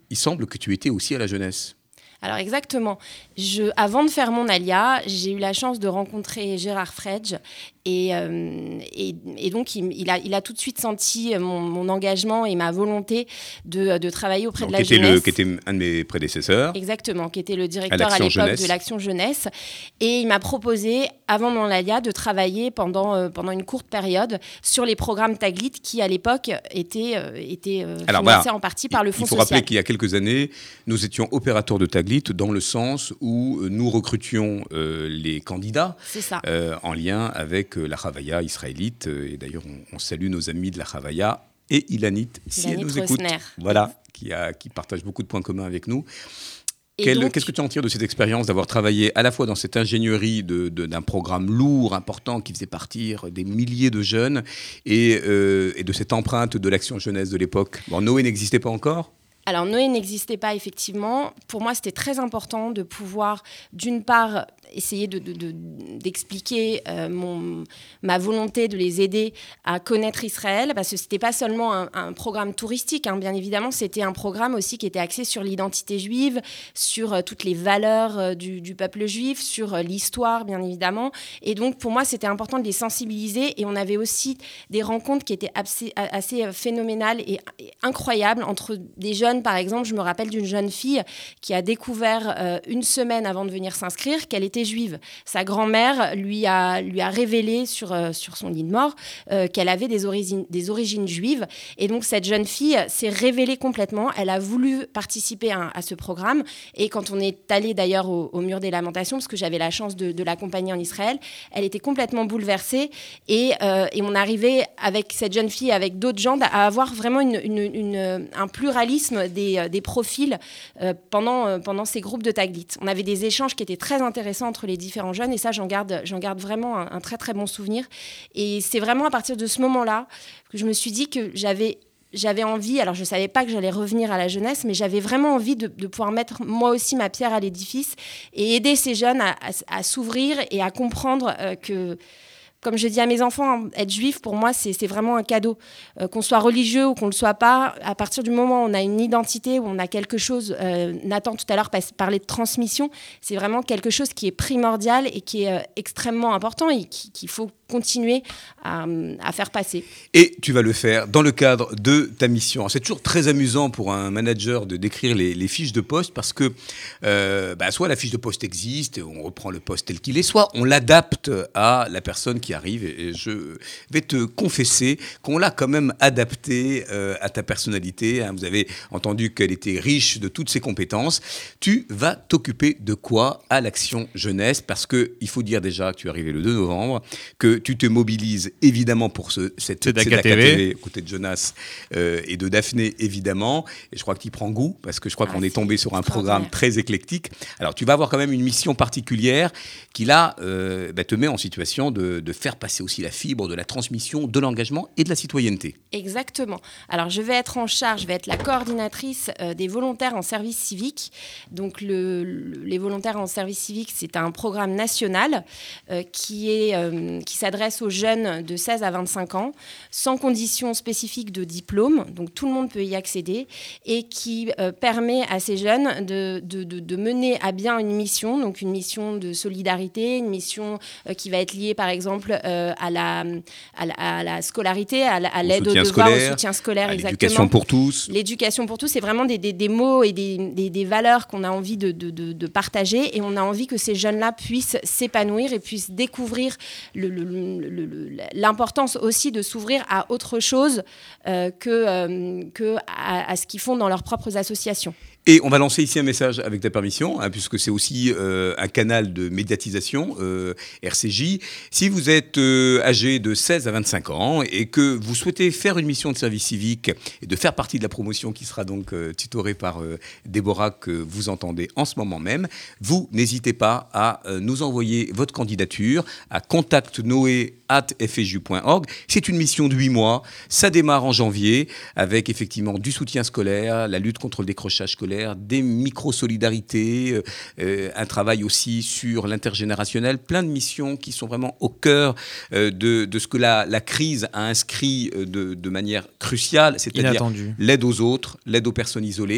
il semble que tu étais aussi à la jeunesse. Alors exactement. Je, avant de faire mon alia, j'ai eu la chance de rencontrer Gérard Fredge et, euh, et, et donc il, il, a, il a tout de suite senti mon, mon engagement et ma volonté de, de travailler auprès donc, de la qui était jeunesse. Le, qui était un de mes prédécesseurs. Exactement, qui était le directeur à, à l'époque jeunesse. de l'Action Jeunesse. Et il m'a proposé, avant mon alia, de travailler pendant, euh, pendant une courte période sur les programmes Taglit qui, à l'époque, étaient, euh, étaient euh, financés voilà, en partie par le Fonds social. Il faut social. rappeler qu'il y a quelques années, nous étions opérateurs de Taglit dans le sens où nous recrutions euh, les candidats euh, en lien avec euh, la Chavaya israélite. Et d'ailleurs, on, on salue nos amis de la Chavaya et Ilanit, si elle nous écoute. Voilà, qui, a, qui partage beaucoup de points communs avec nous. Quel, donc, qu'est-ce que tu en tires de cette expérience d'avoir travaillé à la fois dans cette ingénierie de, de, d'un programme lourd, important, qui faisait partir des milliers de jeunes, et, euh, et de cette empreinte de l'Action Jeunesse de l'époque? Bon, Noé n'existait pas encore? Alors, Noé n'existait pas, effectivement. Pour moi, c'était très important de pouvoir, d'une part, essayer de, de, de, d'expliquer euh, mon, ma volonté de les aider à connaître Israël, parce que ce n'était pas seulement un, un programme touristique, hein, bien évidemment, c'était un programme aussi qui était axé sur l'identité juive, sur euh, toutes les valeurs euh, du, du peuple juif, sur euh, l'histoire, bien évidemment. Et donc, pour moi, c'était important de les sensibiliser. Et on avait aussi des rencontres qui étaient assez, assez phénoménales et, et incroyables entre des jeunes. Par exemple, je me rappelle d'une jeune fille qui a découvert euh, une semaine avant de venir s'inscrire qu'elle était juive. Sa grand-mère lui a, lui a révélé sur, euh, sur son lit de mort euh, qu'elle avait des origines, des origines juives. Et donc, cette jeune fille s'est révélée complètement. Elle a voulu participer à, à ce programme. Et quand on est allé d'ailleurs au, au Mur des Lamentations, parce que j'avais la chance de, de l'accompagner en Israël, elle était complètement bouleversée. Et, euh, et on arrivait avec cette jeune fille, avec d'autres gens, à avoir vraiment une, une, une, un pluralisme des, des profils euh, pendant, euh, pendant ces groupes de Taglit. On avait des échanges qui étaient très intéressants entre les différents jeunes et ça, j'en garde, j'en garde vraiment un, un très très bon souvenir. Et c'est vraiment à partir de ce moment-là que je me suis dit que j'avais, j'avais envie, alors je ne savais pas que j'allais revenir à la jeunesse, mais j'avais vraiment envie de, de pouvoir mettre moi aussi ma pierre à l'édifice et aider ces jeunes à, à, à s'ouvrir et à comprendre euh, que... Comme je dis à mes enfants, être juif, pour moi, c'est, c'est vraiment un cadeau. Euh, qu'on soit religieux ou qu'on ne le soit pas, à partir du moment où on a une identité, où on a quelque chose, euh, Nathan tout à l'heure parlait de transmission, c'est vraiment quelque chose qui est primordial et qui est euh, extrêmement important et qui, qu'il faut continuer à, à faire passer. Et tu vas le faire dans le cadre de ta mission. C'est toujours très amusant pour un manager de décrire les, les fiches de poste parce que euh, bah, soit la fiche de poste existe, on reprend le poste tel qu'il est, soit on l'adapte à la personne qui arrive. Et je vais te confesser qu'on l'a quand même adapté euh, à ta personnalité. Hein. Vous avez entendu qu'elle était riche de toutes ses compétences. Tu vas t'occuper de quoi à l'Action Jeunesse? Parce qu'il faut dire déjà que tu es arrivé le deux novembre, que tu te mobilises évidemment pour ce, cette Tzedaka T V, côté de Jonas euh, et de Daphné évidemment. Et je crois que tu y prends goût parce que je crois ah, qu'on est tombé sur un programme très éclectique. Alors tu vas avoir quand même une mission particulière qui là euh, bah, te met en situation de, de faire passer aussi la fibre de la transmission, de l'engagement et de la citoyenneté. Exactement. Alors je vais être en charge, je vais être la coordinatrice euh, des volontaires en service civique. Donc le, le, les volontaires en service civique, c'est un programme national euh, qui est euh, qui s'adresse aux jeunes de seize à vingt-cinq ans, sans condition spécifique de diplôme, donc tout le monde peut y accéder, et qui euh, permet à ces jeunes de, de, de, de mener à bien une mission, donc une mission de solidarité, une mission euh, qui va être liée par exemple euh, à, la, à, la, à la scolarité, à, la, à l'aide aux devoirs, au soutien scolaire, exactement. L'éducation pour tous. L'éducation pour tous, c'est vraiment des, des, des mots et des, des, des valeurs qu'on a envie de, de, de, de partager, et on a envie que ces jeunes-là puissent s'épanouir et puissent découvrir le, le, le, le, l'importance aussi de s'ouvrir à autre chose euh, que, euh, que à, à ce qu'ils font dans leurs propres associations. Et on va lancer ici un message avec ta permission, hein, puisque c'est aussi euh, un canal de médiatisation, euh, R C J. Si vous êtes euh, âgé de seize à vingt-cinq ans et que vous souhaitez faire une mission de service civique et de faire partie de la promotion qui sera donc euh, tutorée par euh, Déborah, que vous entendez en ce moment même, vous n'hésitez pas à euh, nous envoyer votre candidature à contact noé arobase f s j point org. C'est une mission de huit mois. Ça démarre en janvier avec effectivement du soutien scolaire, la lutte contre le décrochage scolaire, des micro-solidarités, euh, un travail aussi sur l'intergénérationnel, plein de missions qui sont vraiment au cœur euh, de, de ce que la, la crise a inscrit de, de manière cruciale, c'est-à-dire Inattendu. L'aide aux autres, l'aide aux personnes isolées.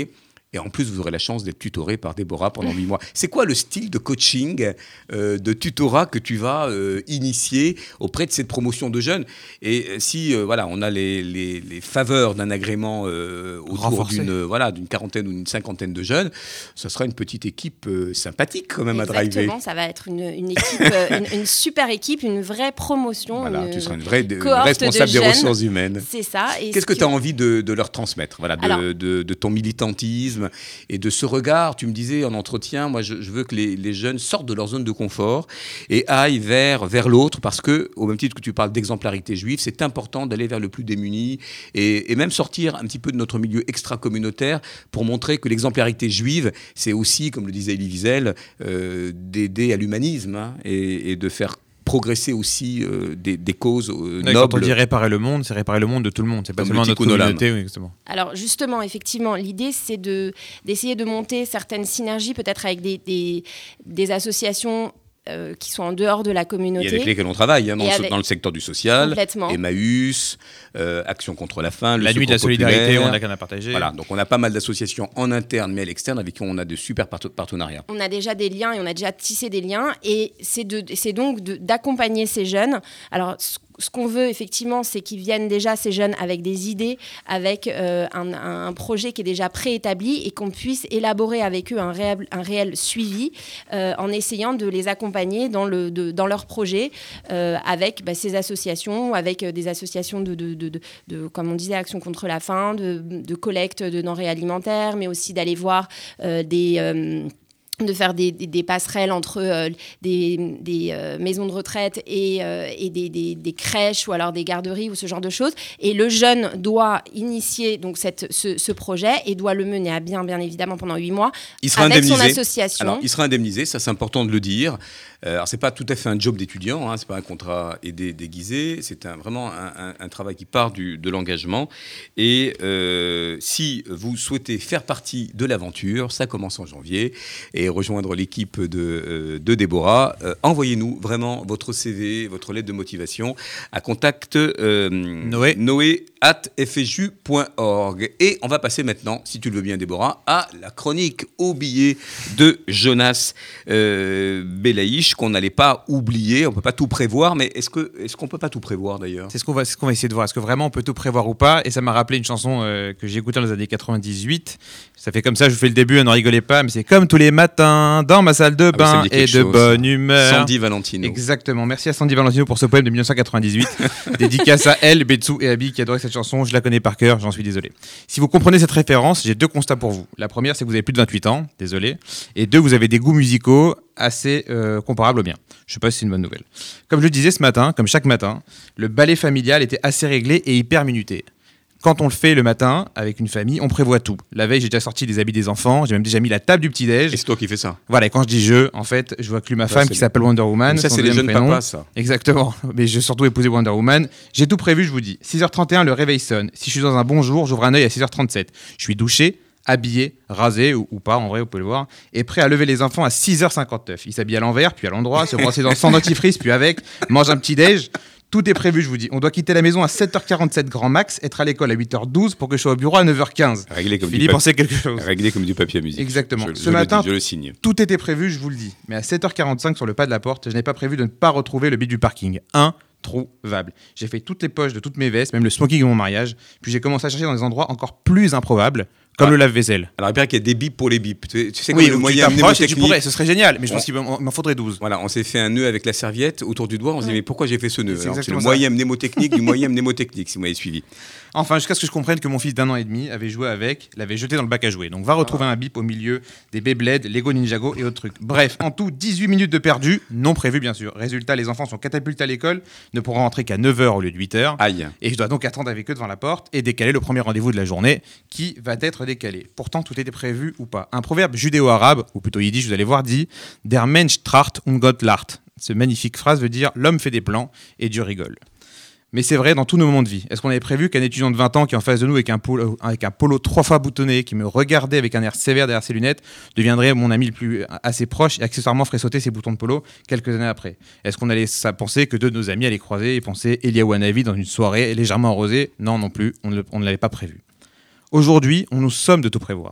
Et en plus, vous aurez la chance d'être tutoré par Déborah pendant huit mois. C'est quoi le style de coaching, euh, de tutorat que tu vas euh, initier auprès de cette promotion de jeunes? Et si euh, voilà, on a les, les, les faveurs d'un agrément euh, autour d'une, voilà, d'une quarantaine ou d'une cinquantaine de jeunes, ça sera une petite équipe euh, sympathique quand même. Exactement, à driver. Exactement, ça va être une, une équipe, euh, une, une super équipe, une vraie promotion. Voilà, une, tu seras une vraie de, responsable de des ressources humaines. C'est ça. Et Qu'est-ce que, que tu as envie de, de leur transmettre, voilà, de, Alors, de, de ton militantisme et de ce regard? Tu me disais en entretien, moi je, je veux que les, les jeunes sortent de leur zone de confort et aillent vers, vers l'autre, parce que, au même titre que tu parles d'exemplarité juive, c'est important d'aller vers le plus démuni et, et même sortir un petit peu de notre milieu extra-communautaire pour montrer que l'exemplarité juive, c'est aussi, comme le disait Elie Wiesel, euh, d'aider à l'humanisme hein, et, et de faire progresser aussi euh, des, des causes euh, ouais, nobles. Quand on dit réparer le monde, c'est réparer le monde de tout le monde, c'est pas Comme seulement notre communauté. Oui, exactement. Alors justement, effectivement, l'idée c'est de, d'essayer de monter certaines synergies peut-être avec des, des, des associations euh, qui sont en dehors de la communauté. Il y a avec lesquels on travaille, hein, dans, avec... dans le secteur du social, Complètement. Emmaüs, euh, Action contre la faim, le la nuit de la solidarité, on a qu'à en partager. Voilà, donc on a pas mal d'associations en interne mais à l'externe avec qui on a de super partenariats. On a déjà des liens et on a déjà tissé des liens et c'est, de, c'est donc de, d'accompagner ces jeunes. Alors ce qu'on veut effectivement, c'est qu'ils viennent déjà, ces jeunes, avec des idées, avec euh, un, un projet qui est déjà préétabli et qu'on puisse élaborer avec eux un réel, un réel suivi euh, en essayant de les accompagner dans, le, de, dans leur projet euh, avec bah, ces associations, avec euh, des associations de, de, de, de, de, comme on disait, Action contre la faim, de, de collecte de denrées alimentaires, mais aussi d'aller voir euh, des... Euh, de faire des, des, des passerelles entre euh, des, des euh, maisons de retraite et, euh, et des, des, des crèches ou alors des garderies ou ce genre de choses. Et le jeune doit initier donc cette, ce, ce projet et doit le mener à bien, bien évidemment, pendant huit mois il sera avec indemnisé. son association. Alors, il sera indemnisé, ça c'est important de le dire. Euh, alors, c'est pas tout à fait un job d'étudiant, hein, c'est pas un contrat aidé déguisé, c'est un, vraiment un, un, un travail qui part du, de l'engagement. Et euh, si vous souhaitez faire partie de l'aventure, ça commence en janvier, et rejoindre l'équipe de, euh, de Déborah, euh, envoyez-nous vraiment votre C V, votre lettre de motivation à contact euh, Noé. Noé at f s j u point org. Et on va passer maintenant, si tu le veux bien Déborah, à la chronique au billet de Jonas euh, Belaïch, qu'on n'allait pas oublier. On ne peut pas tout prévoir, mais est-ce, que, est-ce qu'on ne peut pas tout prévoir d'ailleurs? C'est ce qu'on va, c'est ce qu'on va essayer de voir. Est-ce que vraiment on peut tout prévoir ou pas? Et ça m'a rappelé une chanson euh, que j'ai écoutée dans les années quatre-vingt-dix-huit. Ça fait comme ça, je vous fais le début, n'en rigolez pas, mais c'est comme tous les matins dans ma salle de bain ah, et de chose. bonne humeur. Sandy Valentino. Exactement. Merci à Sandy Valentino pour ce poème de dix-neuf cent quatre-vingt-dix-huit. Dédicace à elle, Betsu et Abby qui adoraient cette chanson. Je la connais par cœur, j'en suis désolé. Si vous comprenez cette référence, j'ai deux constats pour vous. La première, c'est que vous avez plus de vingt-huit ans, désolé. Et deux, vous avez des goûts musicaux assez euh, comparables aux miens. Je sais pas si c'est une bonne nouvelle. Comme je le disais ce matin, comme chaque matin, le ballet familial était assez réglé et hyper minuté. Quand on le fait le matin avec une famille, on prévoit tout. La veille, j'ai déjà sorti les habits des enfants, j'ai même déjà mis la table du petit-déj. Et c'est toi qui fais ça. Voilà, et quand je dis je, en fait, je vois que ma femme ouais, qui s'appelle Wonder Woman. Ça, c'est les jeunes prénom. papas, ça. Exactement. Mais j'ai surtout épousé Wonder Woman. J'ai tout prévu, je vous dis. six heures trente et un, le réveil sonne. Si je suis dans un bon jour, j'ouvre un œil à six heures trente-sept. Je suis douché, habillé, rasé, ou, ou pas, en vrai, vous pouvez le voir, et prêt à lever les enfants à six heures cinquante-neuf. Il s'habille à l'envers, puis à l'endroit, se brosser dans sans dentifrice, puis avec, mange un petit-déj. Tout est prévu, je vous dis. On doit quitter la maison à sept heures quarante-sept grand max, être à l'école à huit heures douze pour que je sois au bureau à neuf heures quinze. Réglé comme Philippe du pensait quelque chose. Réglé comme du papier à musique. Exactement. Je, Ce je matin, le dis, je le signe. Tout était prévu, je vous le dis. Mais à sept heures quarante-cinq sur le pas de la porte, je n'ai pas prévu de ne pas retrouver le billet du parking. Introuvable. J'ai fait toutes les poches de toutes mes vestes, même le smoking de mon mariage. Puis j'ai commencé à chercher dans des endroits encore plus improbables. Comme ah. le lave-vaisselle. Alors, il paraît qu'il y a des bips pour les bips. Tu, tu sais, oui, le moyen mnémotechnique. Tu pourrais, ce serait génial, mais je ouais. pense qu'il m'en faudrait douze. Voilà, on s'est fait un nœud avec la serviette autour du doigt. On s'est dit, mais pourquoi j'ai fait ce nœud? C'est, c'est le ça. moyen mnémotechnique du moyen mnémotechnique, si vous m'avez suivi. Enfin, jusqu'à ce que je comprenne que mon fils d'un an et demi avait joué avec, l'avait jeté dans le bac à jouer. Donc, va retrouver ah. un bip au milieu des Beyblade, Lego Ninjago et autres trucs. Bref, en tout, dix-huit minutes de perdu, non prévu, bien sûr. Résultat, les enfants sont catapultés à l'école, ne pourront rentrer qu'à neuf heures au lieu de huit heures. Aïe. Et je dois donc attendre avec eux devant la porte et décaler le premier rendez-vous de la journée qui va être décalé. Pourtant, tout était prévu ou pas. Un proverbe judéo-arabe, ou plutôt yiddish, vous allez voir, dit « Der Mensch tracht und Gott lacht ». Cette magnifique phrase veut dire « l'homme fait des plans et Dieu rigole ». Mais c'est vrai dans tous nos moments de vie. Est-ce qu'on avait prévu qu'un étudiant de vingt ans qui est en face de nous avec un polo, avec un polo trois fois boutonné, qui me regardait avec un air sévère derrière ses lunettes, deviendrait mon ami le plus assez proche et accessoirement ferait sauter ses boutons de polo quelques années après? Est-ce qu'on allait penser que deux de nos amis allaient croiser et penser Eliaou Hanavi dans une soirée légèrement arrosée? Non, non plus, on ne, on ne l'avait pas prévu. Aujourd'hui, on nous somme de tout prévoir.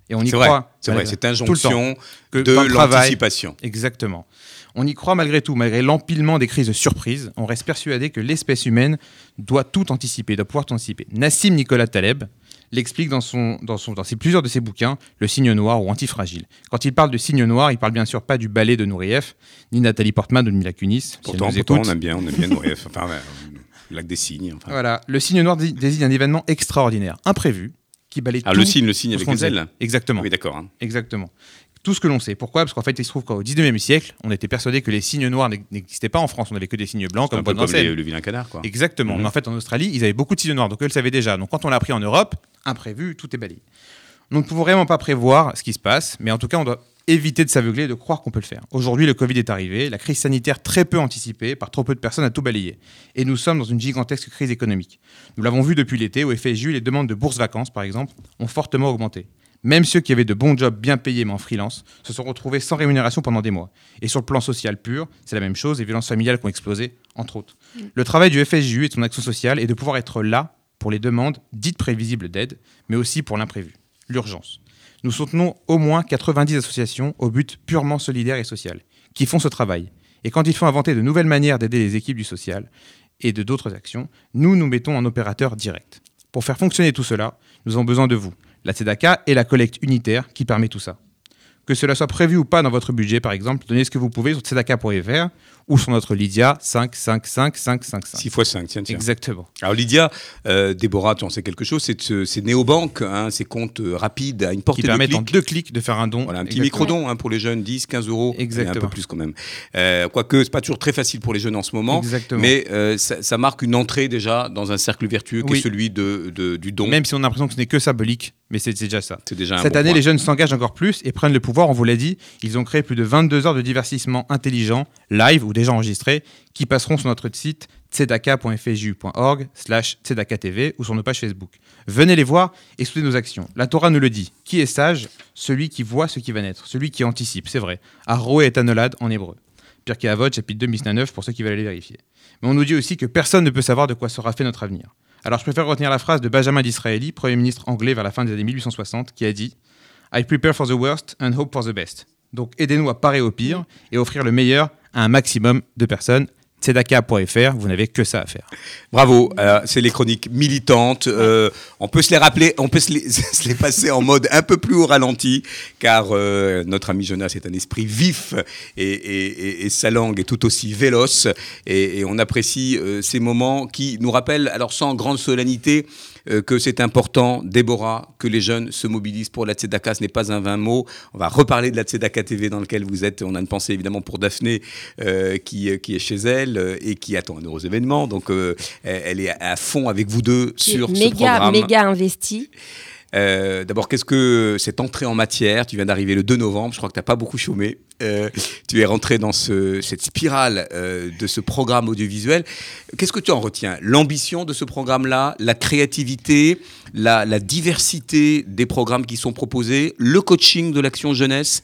Et on y c'est croit. Vrai, c'est malgré- vrai, cette tout le injonction temps, que de dans le travail- l'anticipation. Exactement. On y croit malgré tout, malgré l'empilement des crises de surprise, on reste persuadé que l'espèce humaine doit tout anticiper, doit pouvoir tout anticiper. Nassim Nicolas Taleb l'explique dans, son, dans, son, dans ses, plusieurs de ses bouquins, Le Cygne Noir ou Antifragile. Quand il parle de Cygne Noir, il parle bien sûr pas du ballet de Nourieff, ni Nathalie Portman ou de Mila Kunis. Si Pourtant, elle nous pourtant écoute. on aime bien, on aime bien Nourieff. Enfin, ouais, euh, Lac des Cygnes. Enfin. Voilà, le Cygne Noir dé- désigne un événement extraordinaire, imprévu, qui balaye Ah, tout. le cygne, le cygne tout avec ce qu'on les sait. ailes. Exactement. Oui, d'accord. Hein. Exactement. Tout ce que l'on sait. Pourquoi ? Parce qu'en fait, il se trouve qu'au dix-neuvième siècle, on était persuadé que les cygnes noirs n'ex- n'existaient pas en France. On n'avait que des cygnes blancs C'est comme un peu Bois de comme les- Vincennes. le vilain canard, quoi. Exactement. Mhm. Mais en fait, en Australie, ils avaient beaucoup de cygnes noirs, donc eux le savaient déjà. Donc quand on l'a appris en Europe, imprévu, tout est balayé. Nous ne pouvons vraiment pas prévoir ce qui se passe, mais en tout cas, on doit éviter de s'aveugler et de croire qu'on peut le faire. Aujourd'hui, le Covid est arrivé, la crise sanitaire très peu anticipée par trop peu de personnes a tout balayé. Et nous sommes dans une gigantesque crise économique. Nous l'avons vu depuis l'été, au F S J U, les demandes de bourses vacances, par exemple, ont fortement augmenté. Même ceux qui avaient de bons jobs bien payés mais en freelance se sont retrouvés sans rémunération pendant des mois. Et sur le plan social pur, c'est la même chose, les violences familiales qui ont explosé, entre autres. Le travail du F S J U et de son action sociale est de pouvoir être là pour les demandes dites prévisibles d'aide, mais aussi pour l'imprévu, l'urgence. Nous soutenons au moins quatre-vingt-dix associations au but purement solidaire et social, qui font ce travail. Et quand il faut inventer de nouvelles manières d'aider les équipes du social et de d'autres actions, nous nous mettons en opérateur direct. Pour faire fonctionner tout cela, nous avons besoin de vous, la Tzedaka et la collecte unitaire qui permet tout ça. Que cela soit prévu ou pas dans votre budget, par exemple, donnez ce que vous pouvez sur tzedaka point f r ou sur notre Lydia cinq cinq cinq cinq cinq cinq. six fois cinq, tiens, tiens. Exactement. Alors Lydia, euh, Déborah, tu en sais quelque chose, c'est ce- ces néobanques, hein, ces comptes euh, rapides à une portée Qui de permettent clic. en deux clics de faire un don. Voilà, un petit Exactement. micro-don hein, pour les jeunes, dix, quinze euros, et un Exactement. peu plus quand même. Euh, quoique, c'est pas toujours très facile pour les jeunes en ce moment, Exactement. mais euh, ça, ça marque une entrée déjà dans un cercle vertueux qui Oui. est celui de, de- du don. Même si on a l'impression que ce n'est que symbolique, mais c'est c'est déjà ça. C'est déjà un Cette bon année, point. les jeunes s'engagent encore plus et prennent le pouvoir, on vous l'a dit. Ils ont créé plus de vingt-deux heures de divertissement intelligent, live ou déjà enregistrés, qui passeront sur notre site tzedaka point f s j u point org slash tzedaka t v ou sur nos pages Facebook. Venez les voir et soutenez nos actions. La Torah nous le dit. Qui est sage ? Celui qui voit ce qui va naître, celui qui anticipe, c'est vrai. Arro et Tanolad en hébreu. Pirkei Avot, chapitre deux, Mishnah neuf, pour ceux qui veulent aller vérifier. Mais on nous dit aussi que personne ne peut savoir de quoi sera fait notre avenir. Alors je préfère retenir la phrase de Benjamin Disraeli, Premier ministre anglais vers la fin des années mille huit cent soixante, qui a dit « I prepare for the worst and hope for the best ». Donc aidez-nous à parer au pire et offrir le meilleur à un maximum de personnes. tzedaka point f r, vous n'avez que ça à faire. Bravo, euh, c'est les chroniques militantes. Euh, on peut se les rappeler, on peut se les, se les passer en mode un peu plus au ralenti, car euh, notre ami Jonas est un esprit vif et, et, et, et sa langue est tout aussi véloce. Et, et on apprécie euh, ces moments qui nous rappellent, alors sans grande solennité, euh, que c'est important, Déborah, que les jeunes se mobilisent pour la Tzedaka. Ce n'est pas un vain mot. On va reparler de la Tzedaka T V dans lequel vous êtes. On a une pensée évidemment pour Daphné euh, qui, qui est chez elle euh, et qui attend un heureux événement. Donc euh, elle est à fond avec vous deux Qui sur est ce méga, programme. méga investi. Euh, D'abord, qu'est-ce que cette entrée en matière ? Tu viens d'arriver le deux novembre, je crois que tu n'as pas beaucoup chômé. Euh, tu es rentré dans ce, cette spirale euh, de ce programme audiovisuel. Qu'est-ce que tu en retiens ? L'ambition de ce programme-là, la créativité, la, la diversité des programmes qui sont proposés, le coaching de l'action jeunesse,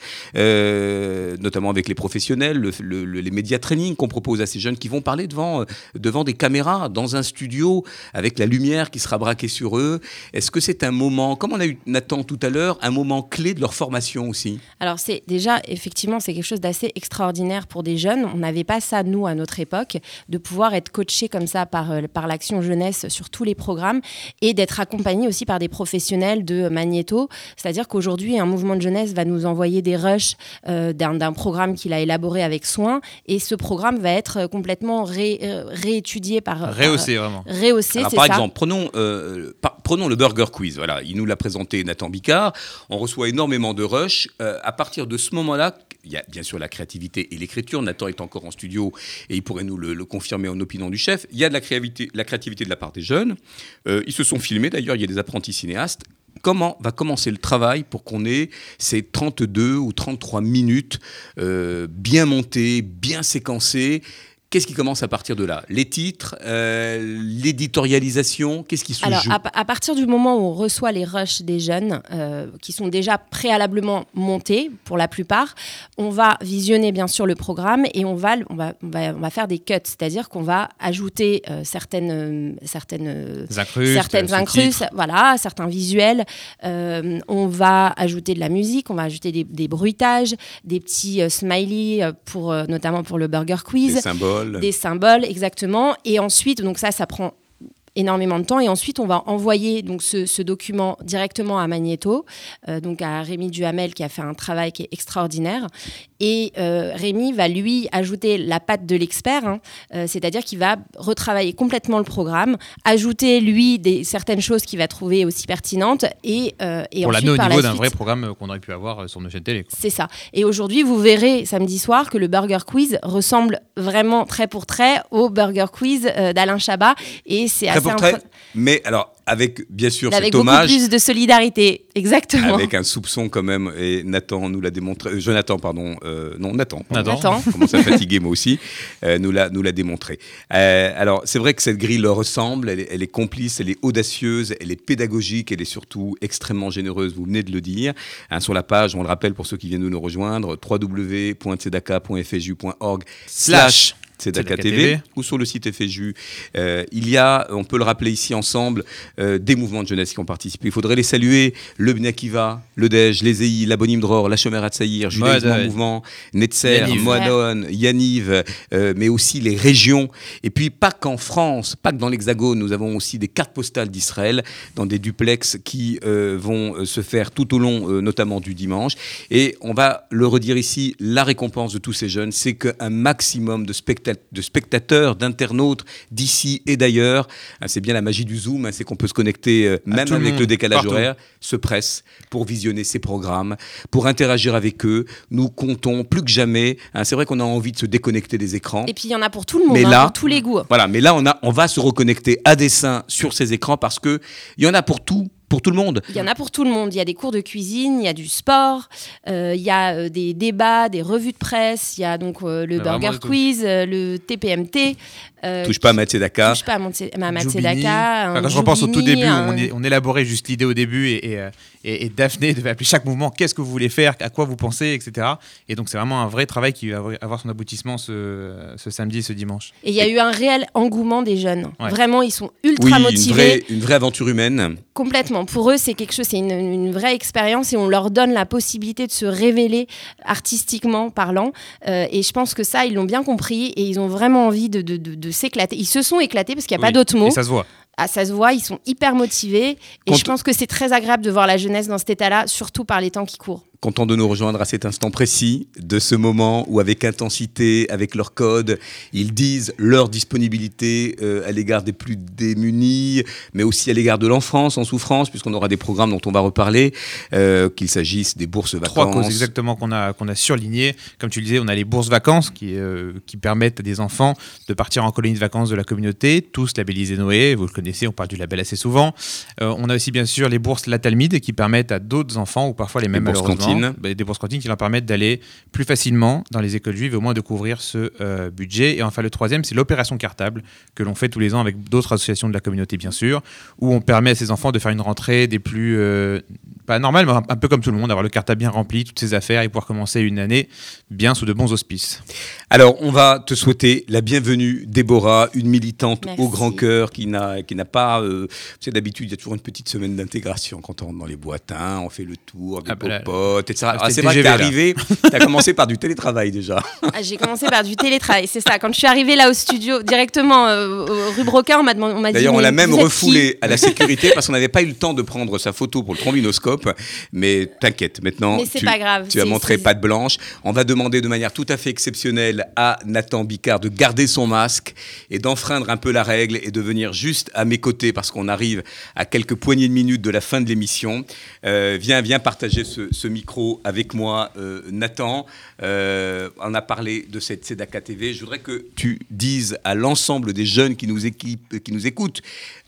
euh, notamment avec les professionnels, le, le, le, les médias training qu'on propose à ces jeunes qui vont parler devant, devant des caméras, dans un studio, avec la lumière qui sera braquée sur eux. Est-ce que c'est un moment, comme on a eu Nathan tout à l'heure, un moment clé de leur formation aussi ? Alors c'est déjà, effectivement, c'est quelque chose d'assez extraordinaire pour des jeunes. On n'avait pas ça, nous, à notre époque, de pouvoir être coaché comme ça par, euh, par l'action jeunesse sur tous les programmes et d'être accompagné aussi par des professionnels de Magnéto. C'est-à-dire qu'aujourd'hui, un mouvement de jeunesse va nous envoyer des rushs euh, d'un, d'un programme qu'il a élaboré avec soin et ce programme va être complètement ré, euh, réétudié par... Rehaussé, par, vraiment. Rehaussé, Alors, c'est par ça. exemple, prenons, euh, par, prenons le Burger Quiz. Voilà, il nous l'a présenté Nathan Bicard. On reçoit énormément de rush. Euh, à partir de ce moment-là, il y a bien sûr la créativité et l'écriture. Nathan est encore en studio et il pourrait nous le, le confirmer en opinant du chef. Il y a de la créativité, la créativité de la part des jeunes. Euh, ils se sont filmés d'ailleurs, il y a des apprentis cinéastes. Comment va commencer le travail pour qu'on ait ces trente-deux ou trente-trois minutes euh, bien montées, bien séquencées ? Qu'est-ce qui commence à partir de là? Les titres, euh, l'éditorialisation, qu'est-ce qui se Alors, joue? à, à partir du moment où on reçoit les rushs des jeunes, euh, qui sont déjà préalablement montés pour la plupart, on va visionner bien sûr le programme et on va, on va, on va, on va faire des cuts, c'est-à-dire qu'on va ajouter euh, certaines, euh, certaines, euh, Incrustes, certaines incrustes, voilà, certains visuels. Euh, on va ajouter de la musique, on va ajouter des, des bruitages, des petits euh, smileys pour euh, notamment pour le Burger Quiz. Des symboles. Des symboles, exactement. Et ensuite, donc ça, ça prend énormément de temps. Et ensuite, on va envoyer donc, ce, ce document directement à Magnéto, euh, donc à Rémi Duhamel, qui a fait un travail qui est extraordinaire. Et euh, Rémi va, lui, ajouter la patte de l'expert, hein, euh, c'est-à-dire qu'il va retravailler complètement le programme, ajouter, lui, des, certaines choses qu'il va trouver aussi pertinentes. Et, euh, et Pour ensuite, l'amener au par niveau la d'un suite, vrai programme qu'on aurait pu avoir sur nos chaînes télé. Quoi. C'est ça. Et aujourd'hui, vous verrez samedi soir que le Burger Quiz ressemble vraiment trait pour trait au Burger Quiz euh, d'Alain Chabat. Et c'est Très assez pour très, impre- mais alors, avec bien sûr avec cet beaucoup hommage, plus de solidarité. Exactement. avec un soupçon quand même, et Nathan nous l'a démontré, euh, Jonathan, pardon, euh, non, Nathan, pardon. Nathan. Je commence à fatiguer moi aussi, euh, nous l'a nous l'a démontré. Euh, alors, c'est vrai que cette grille leur ressemble, elle est, elle est complice, elle est audacieuse, elle est pédagogique, elle est surtout extrêmement généreuse, vous venez de le dire. Hein, sur la page, on le rappelle pour ceux qui viennent de nous rejoindre, w w w point tzedaka point f s j point org slash Tzedaka T V ou sur le site F S J U. Euh, il y a, on peut le rappeler ici ensemble, euh, des mouvements de jeunesse qui ont participé. Il faudrait les saluer, le Bnei Akiva, le D E J, les E I, la Bonim Dror, la Shomer Hatzaïr, Judaïsme en mouvement, Netzer, Yaniv. Moanon, Yaniv, euh, mais aussi les régions. Et puis pas qu'en France, pas que dans l'Hexagone, nous avons aussi des cartes postales d'Israël dans des duplex qui euh, vont euh, se faire tout au long, euh, notamment du dimanche. Et on va le redire ici, la récompense de tous ces jeunes, c'est qu'un maximum de spectateurs de spectateurs, d'internautes d'ici et d'ailleurs, hein, c'est bien la magie du Zoom, hein, c'est qu'on peut se connecter euh, même tout le avec monde, le décalage partout. horaire, se pressent pour visionner ces programmes, pour interagir avec eux. Nous comptons plus que jamais, hein, c'est vrai qu'on a envie de se déconnecter des écrans. Et puis, il y en a pour tout le monde, Mais hein, là- pour tous les goûts. Voilà, mais là on, a, on va se reconnecter à dessein sur ces écrans parce qu'il y en a pour tout, pour tout le monde. Il y en a pour tout le monde. Il y a des cours de cuisine, il y a du sport, euh, il y a euh, des débats, des revues de presse, il y a donc euh, le Il y a vraiment Burger de tout. Quiz, euh, le T P M T. euh, Touche pas à Matzedaka. Touche pas à Matse- à Joubini. Matzedaka. Enfin, un quand je repense au tout Joubini, début, un- on, est- on élaborait juste l'idée au début et, et, euh, et- et Daphné devait appeler chaque mouvement qu'est-ce que vous voulez faire, à quoi vous pensez, et cetera. Et donc c'est vraiment un vrai travail qui va avoir- avoir son aboutissement ce, ce samedi et ce dimanche. Et il y a eu un réel engouement des jeunes. Ouais. Vraiment, ils sont ultra Oui, une motivés. vraie, une vraie aventure humaine. Complètement. Pour eux, c'est quelque chose, c'est une, une vraie expérience et on leur donne la possibilité de se révéler artistiquement parlant. Euh, et je pense que ça, ils l'ont bien compris et ils ont vraiment envie de, de, de, de s'éclater. Ils se sont éclatés parce qu'il n'y a Oui. pas d'autre mot. Et ça se voit. Ah, ça se voit, ils sont hyper motivés. Et Quand- je pense que c'est très agréable de voir la jeunesse dans cet état-là, surtout par les temps qui courent. Content de nous rejoindre à cet instant précis, de ce moment où avec intensité, avec leur code, ils disent leur disponibilité euh, à l'égard des plus démunis, mais aussi à l'égard de l'enfance en souffrance, puisqu'on aura des programmes dont on va reparler, euh, qu'il s'agisse des bourses vacances. Trois causes exactement qu'on a, qu'on a surlignées. Comme tu le disais, on a les bourses vacances qui, euh, qui permettent à des enfants de partir en colonie de vacances de la communauté, tous labellisés Noé, vous le connaissez, on parle du label assez souvent. Euh, on a aussi bien sûr les bourses La Talmide qui permettent à d'autres enfants, ou parfois les mêmes bourses malheureusement, cantines. bah, des bourses cantines qui leur permettent d'aller plus facilement dans les écoles juives et au moins de couvrir ce euh, budget. Et enfin le troisième, c'est l'opération cartable que l'on fait tous les ans avec d'autres associations de la communauté bien sûr, où on permet à ces enfants de faire une rentrée des plus... euh, pas normales, mais un, un peu comme tout le monde, avoir le cartable bien rempli, toutes ses affaires et pouvoir commencer une année bien sous de bons auspices. Alors, on va te souhaiter la bienvenue, Déborah, une militante Merci. au grand cœur qui n'a, qui n'a pas... Euh, tu sais, d'habitude, il y a toujours une petite semaine d'intégration quand on rentre dans les boîtes, hein, on fait le tour des Ah bah là, popotes, et cetera. là, Ah, c'était c'est vrai que T G V, t'es là. arrivé, t'as commencé par du télétravail déjà. Ah, j'ai commencé par du télétravail, c'est ça. Quand je suis arrivée là au studio, directement euh, au- rue Broca, on m'a, demandé- on m'a dit... D'ailleurs, on mais l'a même vous êtes refoulé à la sécurité parce qu'on n'avait pas eu le temps de prendre sa photo pour le trombinoscope. Mais t'inquiète, maintenant, Mais c'est tu, pas grave, tu as c'est- montré c'est- patte blanche. On va demander de manière tout à fait exceptionnelle à Nathan Bicard de garder son masque et d'enfreindre un peu la règle et de venir juste à mes côtés parce qu'on arrive à quelques poignées de minutes de la fin de l'émission. Euh, viens, viens partager ce, ce micro avec moi, euh, Nathan. Euh, on a parlé de cette Tzedaka T V. Je voudrais que tu dises à l'ensemble des jeunes qui nous, équipent, qui nous écoutent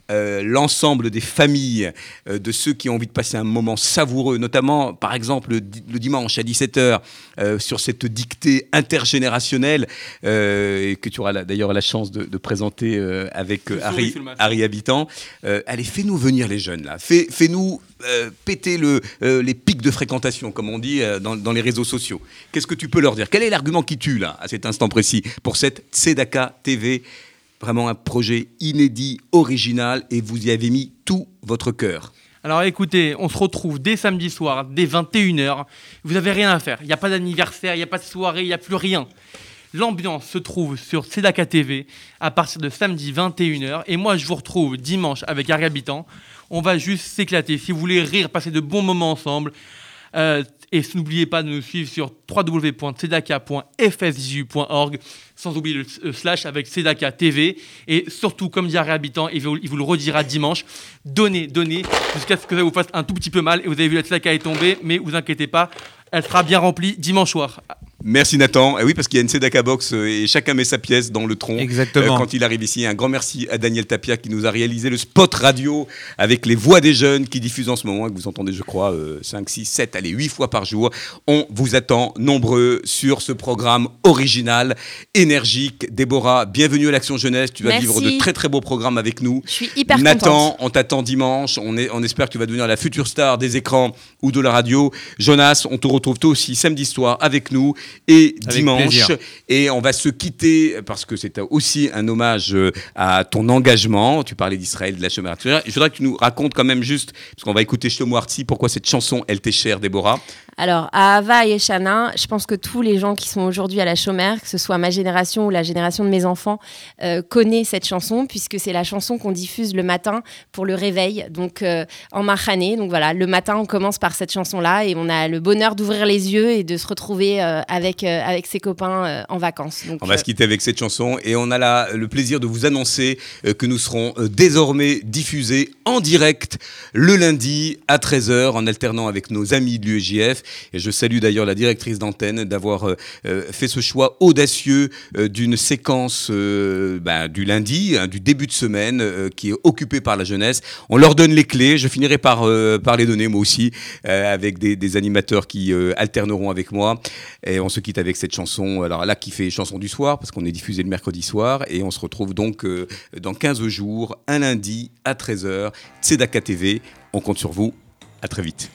euh, l'ensemble des familles, euh, de ceux qui ont envie de passer un moment savoureux, notamment par exemple le, le dimanche à dix-sept heures, euh, sur cette dictée intergénérationnelle euh, et que tu auras la, d'ailleurs la chance de, de présenter euh, avec euh, Harry, Harry Habitant. Euh, allez, fais-nous venir les jeunes là, fais, fais-nous euh, péter le, euh, les pics de fréquentation, comme on dit euh, dans, dans les réseaux sociaux. Qu'est-ce que tu peux leur dire? Quel est l'argument qui tue là, à cet instant précis, pour cette Tzedaka T V? Vraiment un projet inédit, original, et vous y avez mis tout votre cœur. Alors écoutez, on se retrouve dès samedi soir, dès vingt et une heures. Vous n'avez rien à faire. Il n'y a pas d'anniversaire, il n'y a pas de soirée, il n'y a plus rien. L'ambiance se trouve sur Tzedaka T V à partir de samedi vingt et une heures. Et moi, je vous retrouve dimanche avec Harry Habitant. On va juste s'éclater. Si vous voulez rire, passer de bons moments ensemble. Euh, et n'oubliez pas de nous suivre sur w w w point tzedaka point f s j u point org, sans oublier le, le slash avec Tzedaka T V. Et surtout, comme dit Harry Habitant, il vous, il vous le redira dimanche, donnez, donnez, jusqu'à ce que ça vous fasse un tout petit peu mal. Et vous avez vu, la Tzedaka est tombée, mais vous inquiétez pas, elle sera bien remplie dimanche soir. Merci Nathan. Et oui, parce qu'il y a une Tzedaka Box euh, et chacun met sa pièce dans le tronc. Exactement. Euh, quand il arrive ici, un grand merci à Daniel Tapia qui nous a réalisé le spot radio avec les voix des jeunes qui diffusent en ce moment, que vous entendez, je crois, euh, cinq, six, sept, allez, huit fois par jour. On vous attend nombreux sur ce programme original, énergique. Déborah, bienvenue à l'Action Jeunesse. Tu vas Merci. vivre de très très beaux programmes avec nous. Je suis hyper Nathan, contente. on t'attend dimanche. On, est, on espère que tu vas devenir la future star des écrans ou de la radio. Jonas, on te retrouve toi aussi samedi soir avec nous et Avec dimanche. plaisir. Et on va se quitter parce que c'est aussi un hommage à ton engagement. Tu parlais d'Israël, de la chômage. Je voudrais que tu nous racontes quand même juste, parce qu'on va écouter Shlomo Artzi, pourquoi cette chanson, elle t'est chère, Déborah. Alors, à Ahava et Shana, je pense que tous les gens qui sont aujourd'hui à la Chomère, que ce soit ma génération ou la génération de mes enfants, euh, connaissent cette chanson, puisque c'est la chanson qu'on diffuse le matin pour le réveil, donc euh, en Mahané. Donc voilà, le matin, on commence par cette chanson-là et on a le bonheur d'ouvrir les yeux et de se retrouver euh, avec, euh, avec ses copains euh, en vacances. Donc, on va euh, se quitter avec cette chanson et on a la, le plaisir de vous annoncer euh, que nous serons euh, désormais diffusés en direct le lundi à treize heures en alternant avec nos amis de l'U E J F. Et je salue d'ailleurs la directrice d'antenne d'avoir euh, euh, fait ce choix audacieux euh, d'une séquence euh, bah, du lundi, hein, du début de semaine, euh, qui est occupée par la jeunesse. On leur donne les clés, je finirai par, euh, par les donner moi aussi, euh, avec des, des animateurs qui euh, alterneront avec moi. Et on se quitte avec cette chanson, alors là qui fait chanson du soir, parce qu'on est diffusé le mercredi soir, et on se retrouve donc euh, dans quinze jours, un lundi à treize heures, Tzedaka T V. On compte sur vous, à très vite.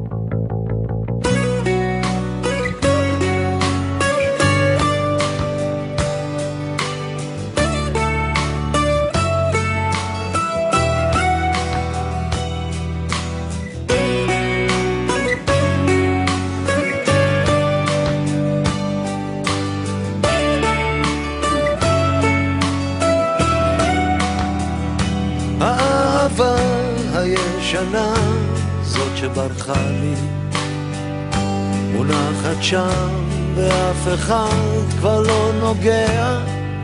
האהבה הישנה, זאת שברחה לי, מונחת שם ואף אחד כבר לא נוגע.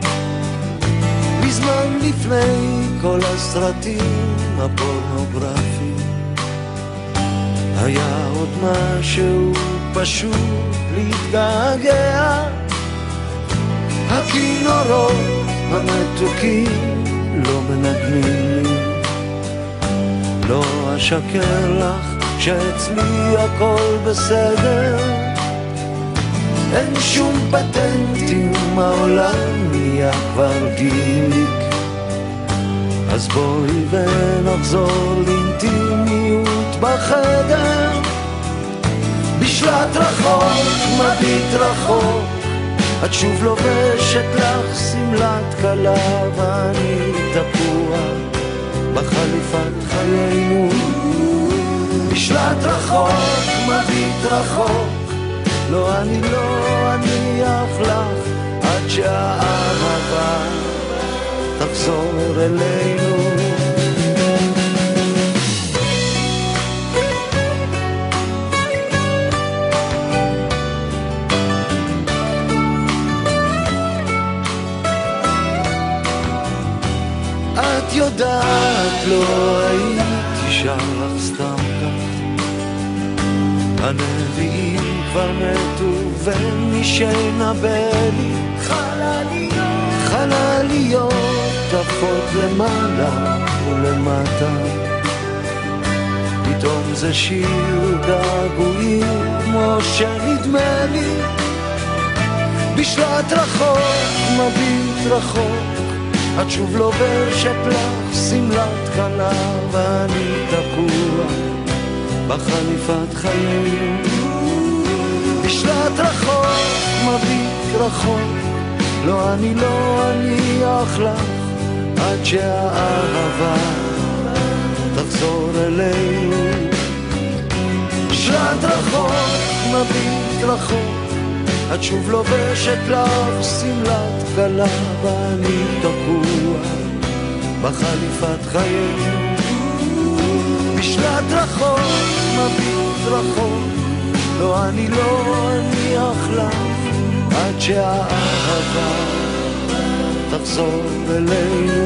מזמן לפני כל הסרטים הפורנוגרפיים היה עוד משהו פשוט להתגעגע. הכינורות המתוקים לא מנגנים לי, לא אשקר לך שאצלי הכל בסדר. אין שום פטנטים, העולם נהיה כבר גימיק. אז בואי ונחזור לאינטימיות בחדר. בשלט רחוק, מביט רחוק, את שוב לובשת לך סמלת כלה ואני תפוע בחליפת חיינו. בשלט רחוק, מביט רחוק, לא אני לא אניח לך עד שהאהבה תחזור אלינו. את יודעת, לא הייתי שר לך סתם כך. הנביאים כבר מתו ומי שנבא לי חלליות, חלליות עפות למעלה למטה. פתאום זה שיר געגועים כמו שנדמה לי, בשלט רחוק מביט רחוק, את שוב לובשת לך שמלת כלה, ואני תקוע בחליפת חיים. בשלט רחוק מביט רחוק, לא אני לא אניח לך עד שהאהבה תחזור אלינו. בשלט רחוק מביט רחוק, את שוב לובשת לך שמלת כלה, ואני תקוע בחליפת חיינו. בשלט רחוק מביט רחוק, לא אני לא אניח לך עד שהאהבה תחזור אלינו.